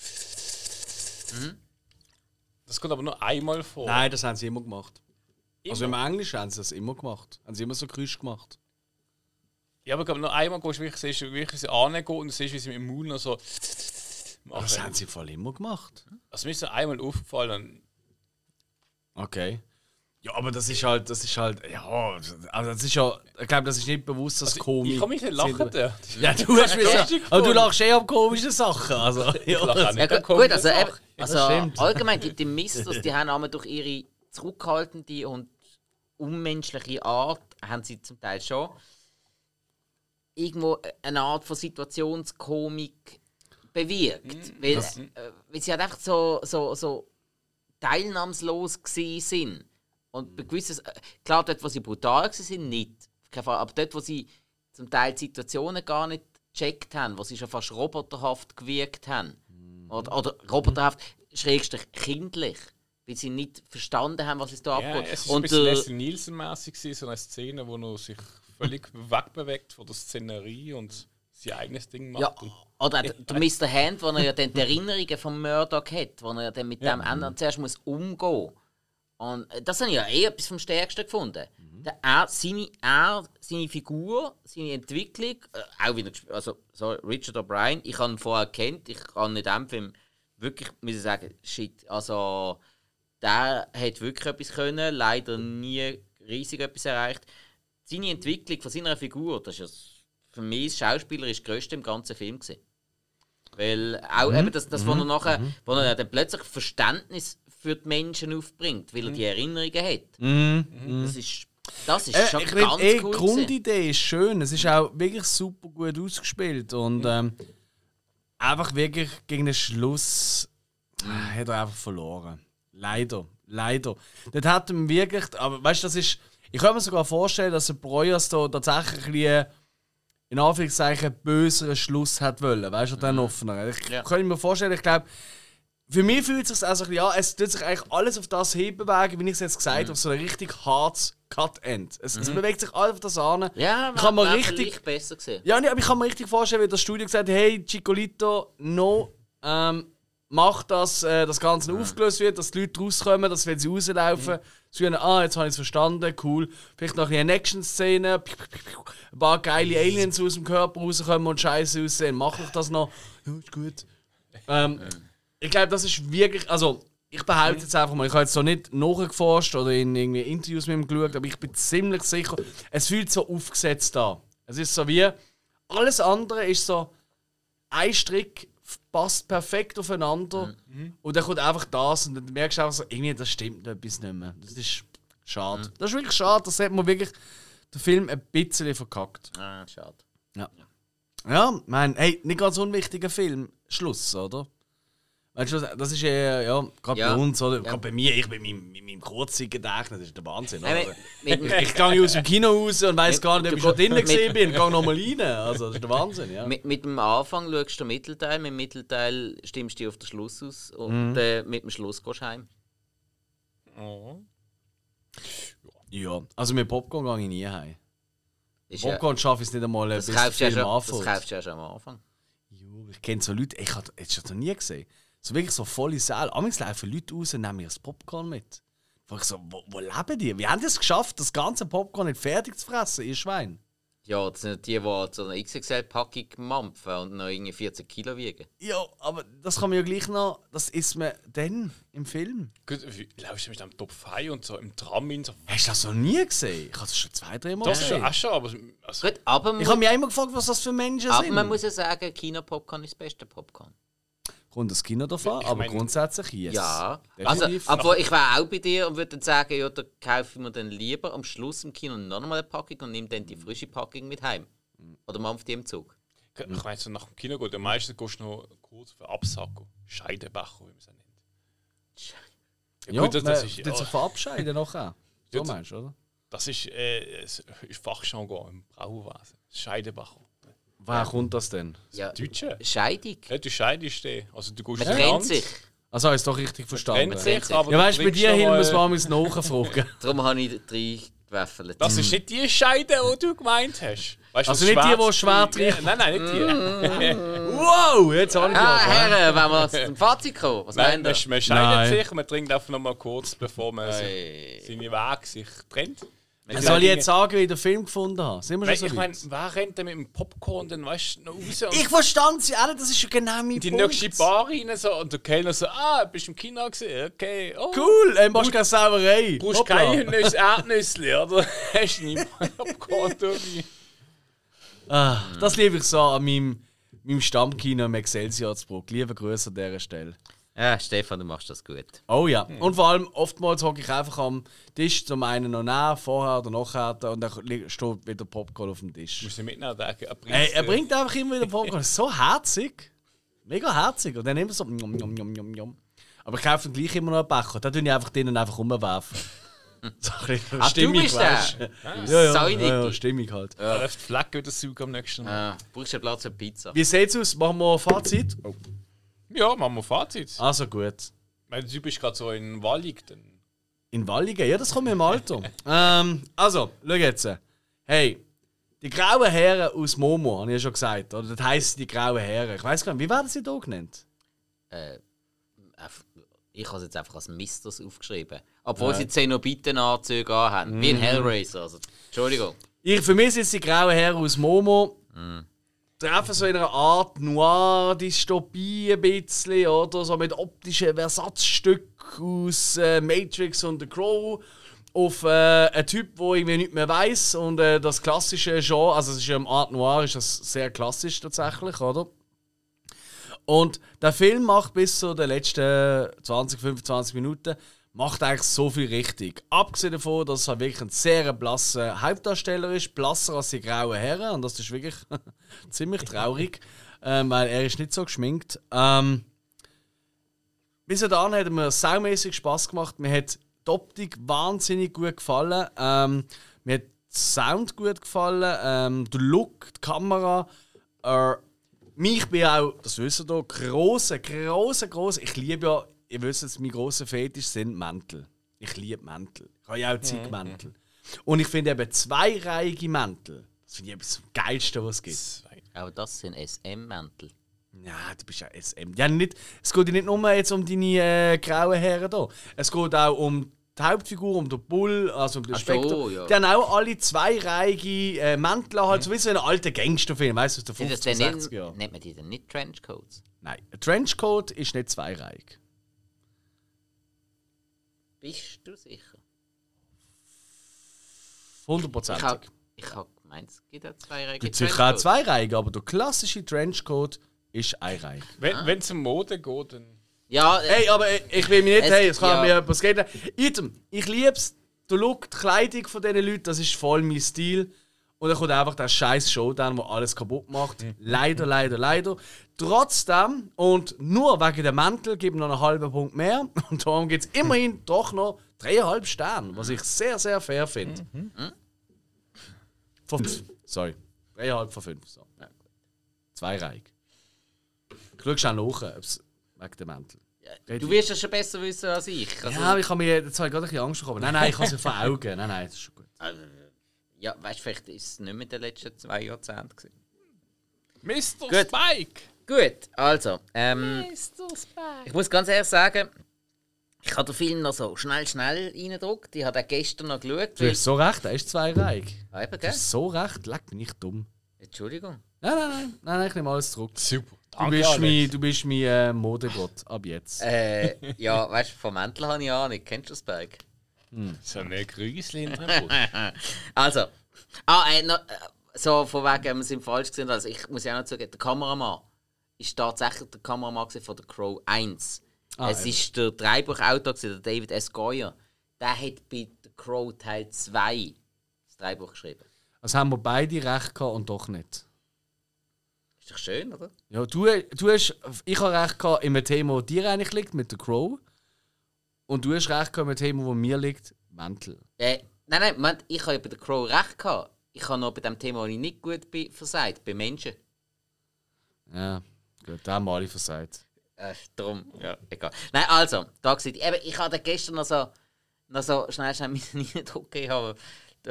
Das kommt aber nur einmal vor. Nein, das haben sie immer gemacht. Also im Englischen haben sie das immer gemacht. Haben sie immer so Geräusche gemacht. Ja, aber ich glaube, nur einmal gehst du wirklich sie angehen und du siehst, wie sie mit dem Mund noch so machen. Das haben sie voll immer gemacht. Also mir ist so einmal aufgefallen. Okay. Ja, aber das ist halt, ja, also das ist ja, ich glaube, das ist nicht bewusst, dass Komik... Ich kann mich nicht lachen. Ja, du hast mich so, aber du lachst ab komischen Sachen. Also, gut, also allgemein, die Misters, die haben einmal durch ihre zurückhaltende und unmenschliche Art haben sie zum Teil schon irgendwo eine Art von Situationskomik bewirkt. Weil sie halt einfach so teilnahmslos sind. Und bei gewissen, klar, dort, wo sie brutal waren, nicht. Aber dort, wo sie zum Teil die Situationen gar nicht gecheckt haben, wo sie schon fast roboterhaft gewirkt haben. Oder roboterhaft, schrägstrich kindlich. Weil sie nicht verstanden haben, was es da abgeht. Es war ein bisschen Leslie Nielsen-mäßig, so eine Szene, wo er sich völlig wegbewegt von der Szenerie und sein eigenes Ding macht. Ja, oder der Mr. Hand, wo er ja dann die Erinnerungen vom Murdoch hat, wo er ja dann mit dem anderen zuerst muss umgehen. Und das habe ich ja etwas vom Stärksten gefunden. Seine Figur, seine Entwicklung, auch wieder, also Richard O'Brien, ich habe ihn vorher kennt, ich kann nicht dem Film wirklich, muss ich sagen, shit, also der hat wirklich etwas können, leider nie riesig etwas erreicht. Seine Entwicklung von seiner Figur, das ist ja für mich als Schauspieler das Größte im ganzen Film gewesen. Weil auch eben das wo er nachher, wo er dann plötzlich Verständnis für die Menschen aufbringt, weil er die Erinnerungen hat. Das ist schon ganz cool. Die Grundidee ist schön, es ist auch wirklich super gut ausgespielt und einfach wirklich gegen den Schluss hat er einfach verloren. Leider. Dort hat er wirklich, aber weißt du, das ist, ich kann mir sogar vorstellen, dass der Breuers da tatsächlich ein in Anführungszeichen böseren Schluss hat wollen, weißt du, dann offener. Ich kann mir vorstellen, ich glaube, für mich fühlt es sich also es tut sich eigentlich alles auf das hinbewegen, wie ich es jetzt gesagt habe, auf so ein richtig hartes Cut-End. Es bewegt sich alles auf das an. Ja, ich kann mir richtig vielleicht besser gesehen. Ja, aber ich kann mir richtig vorstellen, wie das Studio gesagt hat, hey, Chicolito, mach das Ganze aufgelöst wird, dass die Leute rauskommen, dass wenn sie rauslaufen, sie sagen, jetzt habe ich es verstanden, cool. Vielleicht noch eine Action-Szene, ein paar geile Aliens aus dem Körper rauskommen und scheiße aussehen. Mach ich das noch? Ja, ist gut. Ich glaube, das ist wirklich, also ich behaupte jetzt einfach mal, ich habe jetzt so nicht nachgeforscht oder in irgendwie Interviews mit ihm geschaut, aber ich bin ziemlich sicher, es fühlt so aufgesetzt an. Es ist so wie, alles andere ist so, ein Strick passt perfekt aufeinander und dann kommt einfach das und dann merkst du einfach so, irgendwie, das stimmt etwas nicht mehr. Das ist schade. Das ist wirklich schade, das hat man wirklich den Film ein bisschen verkackt. Schade. Ja, hey, nicht ganz unwichtiger Film. Schluss, oder? Weißt du, das ist gerade bei uns, oder? Gerade bei mir, ich bin mit meinem Kurzzeitgedächtnis, das ist der Wahnsinn. Ich gehe aus dem Kino raus und weiss gar nicht, ob ich schon drinnen gesehen bin und gehe nochmal rein. Also, das ist der Wahnsinn, ja. Mit dem Anfang schaust du den Mittelteil, mit dem Mittelteil stimmst du auf den Schluss aus und mit dem Schluss gehst du heim. Ja, also mit Popcorn gehe ich nie heim. Popcorn schaffe ich es nicht einmal, bis der Film anfängt. Das kaufst du ja schon am Anfang. Ich kenne so Leute, ich habe das schon noch nie gesehen. So wirklich so volle Säle. Amigs laufen Leute raus und nehmen ihr das Popcorn mit. Ich so, wo leben die? Wie haben die es geschafft, das ganze Popcorn nicht fertig zu fressen, ihr Schwein? Ja, das sind die so eine XXL-Packung mampfen und noch irgendwie 40 Kilo wiegen. Ja, aber das kann man ja gleich noch, das isst man dann im Film. Gut, wie laufst du mit dem Top 5 und so im Tram in so. Hast du das noch nie gesehen? Ich habe das schon 2-3 Mal gesehen. Doch, schon, aber... Also, gut, aber ich habe mich auch immer gefragt, was das für Menschen sind. Aber man muss ja sagen, Kino-Popcorn ist das beste Popcorn. Kommt das Kino davon, aber grundsätzlich yes. Ja, definitiv. also, aber ich wäre auch bei dir und würde dann sagen, ja, da kaufe ich mir dann lieber am Schluss im Kino noch einmal eine Packung und nehme dann die frische Packung mit heim. Oder mampf die im Zug. Ich meine, so nach dem Kino geht, am meisten gehst du noch kurz für Absacken. Scheidebacher, wie man es nennt. Ja, gut, das ist sich verabschieden nachher. So meinst du, oder? Das ist Fachjargon im Brauwesen. Scheidebacher. Woher kommt das denn? Ja, Deutsche. Scheidung. Ja, du scheidest den. Also du gehst Man trennt sich. Also habe ich es doch richtig verstanden. Aber ja, weißt du, bei dir hin muss man uns nachfragen. Darum habe ich 3 gewaffelt. Das ist nicht die Scheide, die du gemeint hast. Weißt, also nicht die schwer trinken? Nein, nicht die. Wow, jetzt habe ich Herren, wenn wir zum Fazit kommen. Was meint ihr? Man scheidet sich und man trinkt einfach noch mal kurz, bevor man seine Wege sich trennt. Soll ich jetzt sagen, wie ich den Film gefunden habe? Sind wir schon so ich meine, wer rennt denn mit dem Popcorn dann, weißt du, noch raus? Ich verstand sie auch nicht, das ist schon genau mein Punkt. Die nächste Bar rein so, und der Kellner so, bist du im Kino gewesen? Okay, oh. Cool, machst du keine Sauerei. Brauchst kein Erdnüssli, oder? Hast du nicht Popcorn dabei? Das liebe ich so an meinem Stammkino im Excelsior zu Bruck. Liebe Grüße an dieser Stelle. Ja, Stefan, du machst das gut. Oh ja. Und vor allem, oftmals hocke ich einfach am Tisch, zum einen noch nach, vorher oder nachher, und dann steht wieder Popcorn auf dem Tisch. Musst du mitnehmen, Er bringt einfach immer wieder Popcorn. So herzig. Mega herzig. Und dann immer so. Aber ich kaufe dann gleich immer noch einen Becher. Da tue ich einfach drinnen einfach rumwerfen. So ein bisschen Stimmung, du bist weißt der? ja, Stimmung halt. Da läuft Fleck wieder Zeug am nächsten Mal. Brauchst du Platz für Pizza? Wie sieht's aus? Machen wir ein Fazit? Ja, machen wir Fazit. Also gut. Weil du bist gerade so in Wallig. Dann. In Walligen? Ja, das kommt mir im Alter. Also, schau jetzt. Hey, die grauen Herren aus Momo, habe ich ja schon gesagt. Oder das heisst die grauen Herren. Ich weiß gar nicht, wie werden sie hier genannt? Ich habe es jetzt einfach als Misters aufgeschrieben. Obwohl sie Zenobiten-Anzüge anhaben. Wie ein Hellraiser. Also, Entschuldigung. Für mich sind es die grauen Herren aus Momo. Treffen so in einer Art Noir-Dystopie ein bisschen, oder? So mit optischen Versatzstücken aus Matrix und The Crow. Auf einen Typ, der irgendwie nichts mehr weiss. Und das klassische Genre, also es ist ja im Art Noir, ist das sehr klassisch tatsächlich, oder? Und der Film macht bis zu den letzten 20, 25 Minuten macht eigentlich so viel richtig. Abgesehen davon, dass er wirklich ein sehr blasser Hauptdarsteller ist, blasser als die grauen Herren. Und das ist wirklich ziemlich traurig, weil er ist nicht so geschminkt. Bis dahin hat mir saumäßig Spass gemacht. Mir hat die Optik wahnsinnig gut gefallen. Mir hat der Sound gut gefallen. Der Look, die Kamera. Ich bin auch, das wissen wir, grosse. Ich liebe ja, ihr wisst es, mein grosser Fetisch sind Mäntel. Ich liebe Mäntel. Ich habe ja auch zig Mäntel. Und ich finde eben zweireihige Mäntel, das finde ich etwas vom Geilsten, was es gibt. Aber das sind SM-Mäntel. Ja, du bist ja SM. Ja, nicht, es geht ja nicht nur jetzt um deine grauen Herren hier. Es geht auch um die Hauptfigur, um den Bull, also um den Spectre. Ja. Die haben auch alle zweireihige Mäntel, halt, so wie so ein alter Gangsterfilm, weißt du, aus den 50 60 Jahren. Nennt man die denn nicht Trenchcoats? Nein, ein Trenchcoat ist nicht zweireihig. Bist du sicher? 100%. Ich habe gemeint, es gibt auch zweireihige Trenchcoats. Es gibt sicher auch zweireihige, aber der klassische Trenchcoat ist einreihig. Wenn es um Mode geht, dann... Ja, hey, aber ich will mich nicht, es kann mir etwas geben. Ich liebe es, der Look, die Kleidung von diesen Leuten, das ist voll mein Stil. Und dann kommt einfach der scheiß Showdown, der alles kaputt macht. Leider. Trotzdem, und nur wegen dem Mantel, gebe ich noch einen halben Punkt mehr. Und darum gibt es immerhin doch noch 3,5 Sterne, was ich sehr, sehr fair finde. 5. Sorry. 3,5 von 5. So. Ja. Zweireihig. Ich schaue schon nach, ob es wegen dem Mantel. Ja, du wirst das schon besser wissen als ich. Also, ja, ich habe mir jetzt gerade ein bisschen Angst bekommen. Nein, ich habe es ja vor Augen. Nein, das ist schon gut. Ja, weißt du, vielleicht ist es nicht mehr in den letzten 2 Jahrzehnten gewesen. Mr. Gut. Spike! Gut, also, Mr. Spike! ich muss ganz ehrlich sagen, ich habe den Film noch so schnell reingedruckt. Ich habe den gestern noch geschaut. Du hast so recht, er ist zweireihig. Ah, eben, Du gell? hast so recht, leck mich nicht dumm. Entschuldigung. Nein, ich nehme alles zurück. Super. Du bist mein Modegott, ab jetzt. Ja, weißt du, vom Mäntel habe ich Ahnung. Kennst du das Bag? So eine Grüßli drin. Also, so von wegen, wir sind falsch gesehen. Also ich muss ja auch noch zugeben, der Kameramann ist tatsächlich der Kameramann von The Crow 1. Es ist der Drehbuchautor, der David S. Goyer. Der hat bei The Crow Teil 2 das Drehbuch geschrieben. Also haben wir beide recht gehabt und doch nicht. Ist doch schön, oder? Ja, ich habe recht gehabt in einem Thema, das dir eigentlich liegt, mit The Crow. Und du hast recht gehabt in einem Thema, das mir liegt, Mantel. Nein, Moment, ich habe bei The Crow recht gehabt. Ich habe noch bei dem Thema, wo ich nicht gut bin, versagt, bei Menschen. Ja, gut, da haben wir alle versagt. Darum, ja, egal. Nein, also, da gesagt, ich habe gestern noch so schnell reindrücken. Ich habe,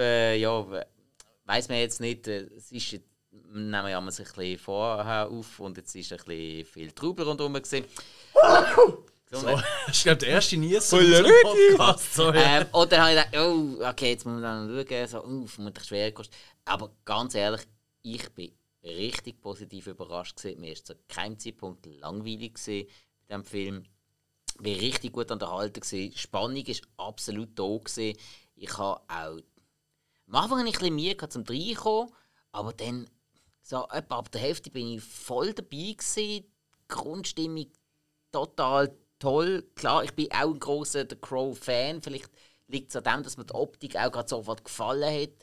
weiss man jetzt nicht, es ist, nehmen wir sich ein bisschen vorher auf und jetzt ist ein bisschen viel Trubel rundherum gewesen. So, ich glaube, der erste Niesen im Podcast. Sorry. Und dann habe ich gedacht, okay, jetzt muss man dann schauen, so, vermutlich schwer gekostet. Aber ganz ehrlich, ich bin richtig positiv überrascht gewesen. Mir war zu keinem Zeitpunkt langweilig gewesen bei diesem Film. Ich war richtig gut unterhalten gewesen. Die Spannung war absolut da gewesen. Ich habe auch am Anfang ein bisschen Mühe zum Reinkommen, aber dann so etwa ab der Hälfte bin ich voll dabei gewesen. Die Grundstimmung total toll. Klar, ich bin auch ein grosser The Crow-Fan. Vielleicht liegt es an dem, dass mir die Optik auch gerade sofort gefallen hat.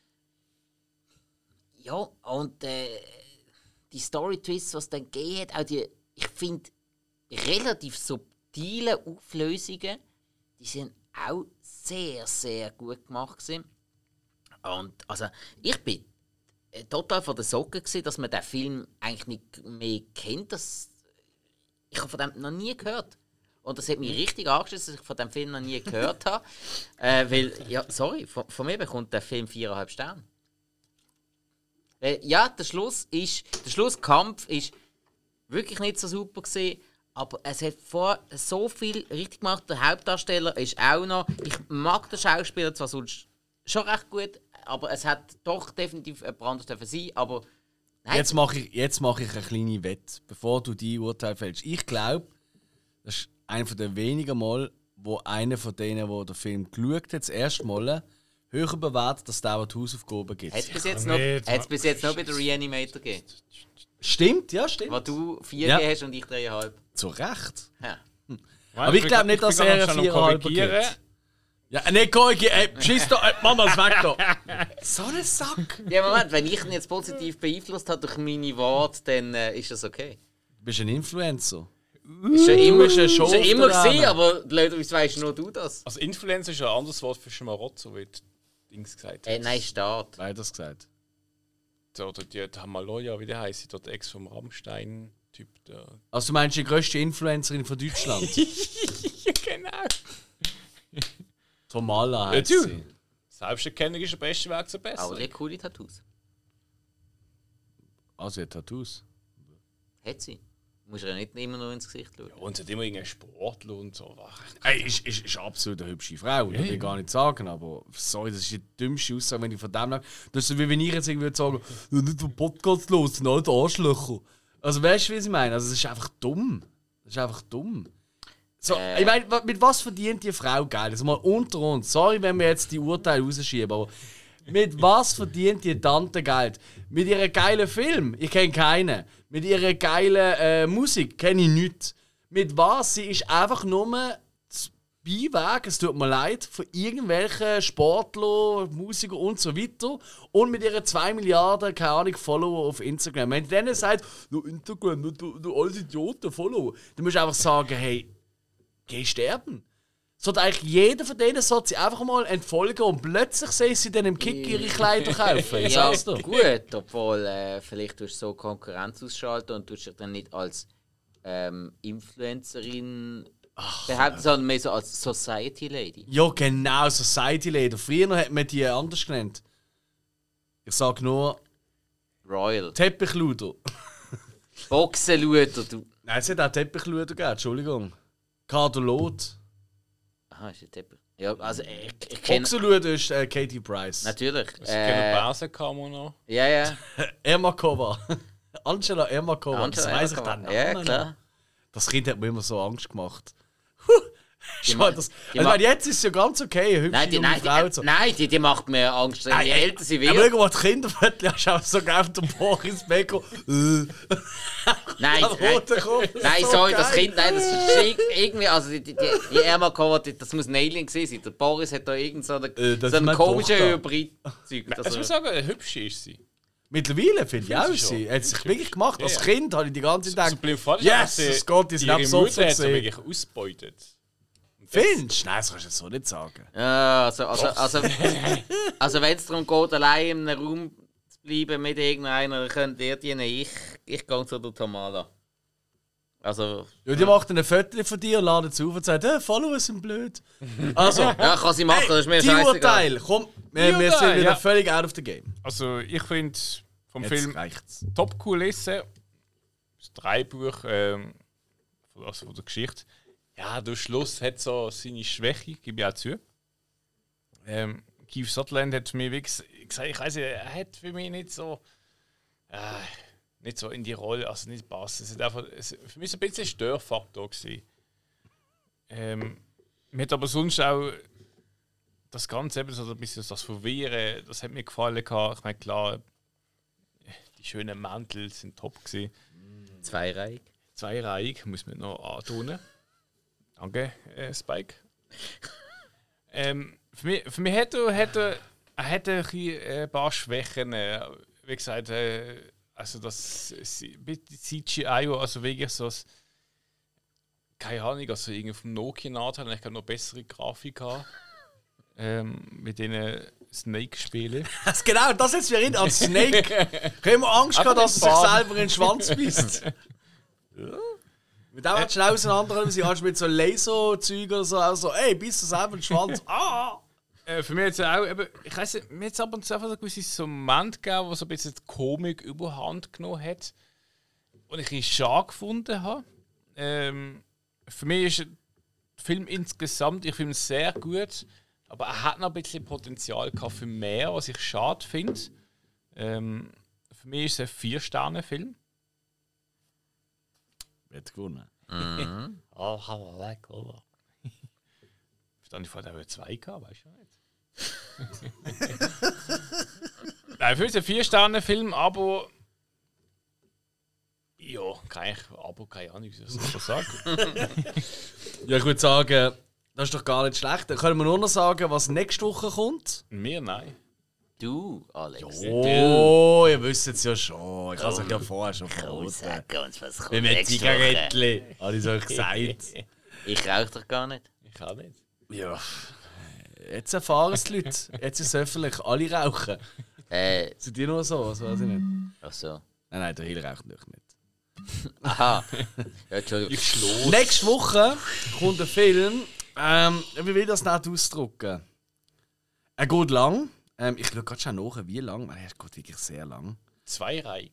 Ja, und die Story-Twists, was es dann gegeben hat, auch die, ich finde, relativ subtilen Auflösungen, die sind auch sehr, sehr gut gemacht gewesen. Und also, ich bin total von der Socke gewesen, dass man den Film eigentlich nicht mehr kennt. Ich habe von dem noch nie gehört. Und das hat mich richtig angeschissen, dass ich von dem Film noch nie gehört habe. Weil, ja, sorry, von mir bekommt der Film 4,5 Sterne. Ja, der Schlusskampf ist wirklich nicht so super gewesen, aber es hat vor so viel richtig gemacht. Der Hauptdarsteller ist auch noch. Ich mag den Schauspieler zwar sonst schon recht gut, aber es hat doch definitiv jemand anderes sein. Aber nein. Jetzt mache ich eine kleine Wette, bevor du die Urteil fällst. Ich glaube, das ist einer der wenigen Mal, wo einer von denen, der den Film geschaut hat, das erste Mal höher bewertet, dass der die Hausaufgaben gibt. Hat es bis jetzt noch bei der Reanimator gegeben? Stimmt, ja, stimmt. Wo du 4 hast und ich 3,5. Zu Recht. Ja. Aber ich glaube nicht, dass er 4,5 gibt. Ja, nicht korrigieren. Ey, schiss doch, Mama, es weg da. So ein Sack. Ja, Moment, wenn ich ihn jetzt positiv beeinflusst habe durch meine Worte, dann ist das okay. Du bist ein Influencer. Ist schon immer da gewesen, aber blöderweise weißt nur du das. Also Influencer ist ein anderes Wort für Schmarotzer, wie du Dings gesagt hast. Nein, Staat. Wer hat das gesagt? Oder die Hamaloya, wie der heisst, dort Ex vom Rammstein-Typ da. Also du meinst die grösste Influencerin von Deutschland? Ja, genau. Tomala heißt sie. Selbsterkennung ist der beste Weg zur Besserung. Aber die hat coole Tattoos. Also sie hat Tattoos. Hat sie. Muss ja nicht immer nur ins Gesicht schauen. Ja, und sie hat immer irgendeinen Sportler und so. Ey, ist absolut eine hübsche Frau, das will ich gar nicht sagen, aber sorry, das ist die dümmste Aussage, wenn ich von dem... Das ist so, wie wenn ich jetzt irgendwie sagen würde, nicht den Podcast los, sind alle Arschlöcher. Also weißt du, wie ich meine? Also, das ist einfach dumm. Das ist einfach dumm. So, ich meine, mit was verdient die Frau Geld? Also mal unter uns. Sorry, wenn wir jetzt die Urteile rausschieben, aber mit was verdient die Tante Geld? Mit ihrem geilen Film? Ich kenne keinen. Mit ihrer geilen Musik kenne ich nichts. Mit was? Sie ist einfach nur das Beiwerk, es tut mir leid, von irgendwelchen Sportlern, Musikern und so weiter. Und mit ihren 2 Milliarden, keine Ahnung, Follower auf Instagram. Wenn denen sagt, no Instagram, du alles Idioten, Follower, dann musst du einfach sagen, hey, geh sterben. Sollte eigentlich jeder von denen sollte sie einfach mal entfolgen und plötzlich sehen sie dann im Kick ihre Kleider kaufen. Ja, gut, obwohl vielleicht tust du so Konkurrenz ausschalten und tust dich dann nicht als Influencerin behaupten, sondern mehr so als Society Lady. Ja, genau, Society Lady. Früher hat man die anders genannt. Ich sag nur Royal. Teppichluder. Boxenluder, du. Nein, es hat auch Teppichluder gegeben, Entschuldigung. Kardolot. Aha, ist der Teppich. Ja, also ich kenne... Boxenluder ist Katie Price. Natürlich. Es keine Basenkammer noch. Ja, ja. Ermakova. Angela Ermakova. Das Angela weiss ich Ermakova. dann. Ja, klar. Das Kind hat mir immer so Angst gemacht. Die jetzt ist es ja ganz okay, eine hübsche junge Frau. So. Nein, die macht mir Angst, je älter sie wird. Aber schau mal, die Kinderfotos hast du auch so auf den Boris Becker. Nein, sorry, das Kind, nein, das ist irgendwie, also die Ermakova, das muss ein Alien gewesen sein. Der Boris hat da irgend so einen komischen Hybrid-Zeug. Also ich muss sagen, hübsch ist sie. Mittlerweile finde ich auch sie. Hat sich wirklich gemacht. Als Kind habe ich die ganze Zeit gedacht, yes, das geht, die sind ihre so Mutter hat sie wirklich ausgebeutet. Findest du? Nein, das kannst du so nicht sagen. Ja, also wenn es darum geht, allein in einem Raum zu bleiben mit irgendeiner, dann könnt ihr dienen. Ich gehe zu der Tamala. Also... Ja, die macht ein Foto von dir und ladet es auf und sagt, Follower sind blöd. Also... ja, kann sie machen, das ist mir die scheißegal. Urteil, komm, wir sind wieder völlig out of the game. Also ich finde vom Jetzt Film reicht's. Top-Kulisse, das Dreibuch also von der Geschichte. Ja, der Schluss hat so seine Schwäche, gebe ich auch zu. Keith Sutherland hat mir wirklich gesagt, ich weiss nicht, er hat für mich nicht so in die Rolle, also nicht passt. Es hat einfach, für mich so ein bisschen ein Störfaktor gewesen. Mir hat aber sonst auch das Ganze eben so ein bisschen das Verwirren, das hat mir gefallen. Ich meine, klar, die schönen Mäntel sind top gewesen. Zweireihig, Muss man noch antun. Danke, Spike. Für mich hat er ein paar Schwächen. Wie gesagt, also das CGI, also wirklich so keine Ahnung, also irgendwie vom Nokia-Nachteil, ich kann noch bessere Grafik haben. Mit diesen Snake-Spielen. Genau, das jetzt wir als Snake. Ich habe immer Angst gehabt, dass er sich selber in den Schwanz beißt. Mit dem hat schnell auseinander, sie hast mit so Laser-Zeug oder so, auch so, ey, beißt du selber in den Schwanz. Für mich jetzt auch, ich weiss nicht, mir hat es ab und zu einfach so ein gewisses Moment gegeben, wo so ein bisschen die Komik überhand genommen hat. Und ich ihn schade gefunden habe. Für mich ist der Film insgesamt, ich finde ihn sehr gut, aber er hat noch ein bisschen Potenzial gehabt für mehr, was ich schade finde. Für mich ist es ein 4-Sterne-Film. Wird gewonnen. Oh, how I like over. Verstand ich vorher 2 gehabt, weißt du nicht? Nein, für mich ist es ein 4-Sterne-Film, aber. Ja, keine Ahnung, wie ich das sagen. Ja, ich würde sagen, das ist doch gar nicht schlecht. Dann können wir nur noch sagen, was nächste Woche kommt. Mir nein. Du, Alex. Oh, ihr wisst es ja schon. Ich habe es euch ja vorher schon verraten. Sag uns, was kommt Mit einem Zigarettchen. Habe ich es euch gesagt. Ich rauche doch gar nicht. Ich auch nicht. Ja. Jetzt erfahren es die Leute. Jetzt ist es öffentlich. Alle rauchen. Sind die nur so? Das weiß ich nicht. Ach so. Nein, der Hill raucht natürlich nicht. Aha. Ja, Entschuldigung. Ich schloss. Nächste Woche kommt ein Film. Wie will ich das nicht ausdrücken? Er geht lang. Ich schaue gerade schon nach, wie lang. Er geht wirklich sehr lang. 2-reihig.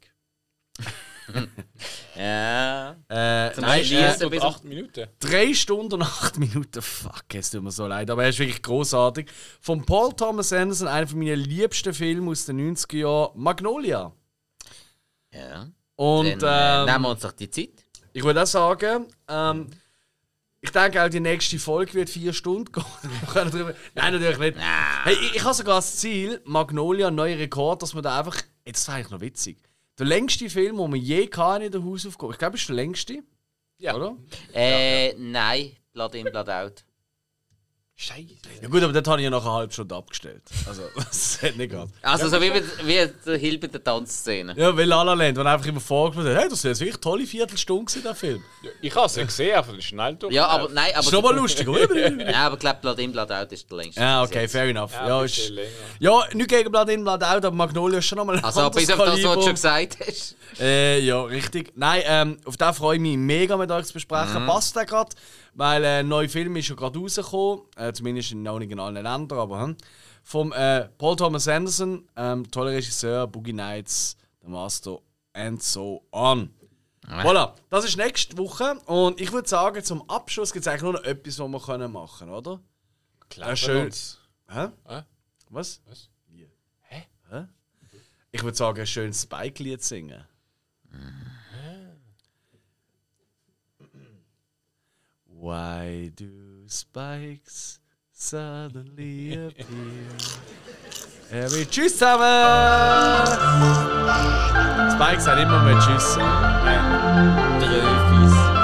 Ja. Nein, Schließen Bis 8 Minuten. 3 Stunden und 8 Minuten. Fuck, es tut mir so leid. Aber er ist wirklich großartig. Von Paul Thomas Anderson, einer meiner liebsten Filme aus den 90er Jahren, Magnolia. Ja. Und Dann nehmen wir uns doch die Zeit. ich würde auch sagen, ich denke auch die nächste Folge wird 4 Stunden gehen. Nein, natürlich nicht. Hey, ich habe sogar das Ziel, Magnolia, neuer Rekord, dass man da einfach. Jetzt war eigentlich noch witzig. Der längste Film, den wir je hatten in der Hausaufgabe. Ich glaube, ist der längste. Ja. Oder? Nein. Blood in, Blood out. Scheiße. Ja gut, aber dort habe ich ja nach einer halben Stunde abgestellt. Also, das hat nicht gehabt. Also so wie der Hill bei der Tanzszene. Ja, wie La La Land, wo einfach immer vorgekommen hat, hey, das ist jetzt wirklich eine tolle Viertelstunde gewesen, der Film. Ja, ich habe es ja gesehen, einfach schnell durch. Ja, aber nein, Ist schon mal lustig, oder? Nein, aber ich glaube, Blood in, Blood out ist der längste. Ja, okay, fair enough. Ja, ein ist, bisschen länger. ja nicht gegen Blood in, Blood out, aber Magnolia ist schon nochmal ein Also anderes bis auf das, was Kaliber. du schon gesagt hast. Ja, richtig. Nein, auf den freue ich mich mega mit euch zu besprechen. Passt der gerade, weil ein neuer Film ist ja gerade rausgekommen. Zumindest noch nicht in allen Ländern, aber vom Paul Thomas Anderson, toller Regisseur, Boogie Nights, The Master and so on. Voilà, das ist nächste Woche. Und ich würde sagen, zum Abschluss gibt es eigentlich nur noch etwas, was wir machen können, oder? Klar, schön. uns. Hä? Hä? Was? Was? Wie? Hä? Hä? Ich würde sagen, ein schönes Spike-Lied singen. Why do spikes suddenly appear? Tschüss zusammen! Spikes hat immer mehr Tschüss. Dröfis.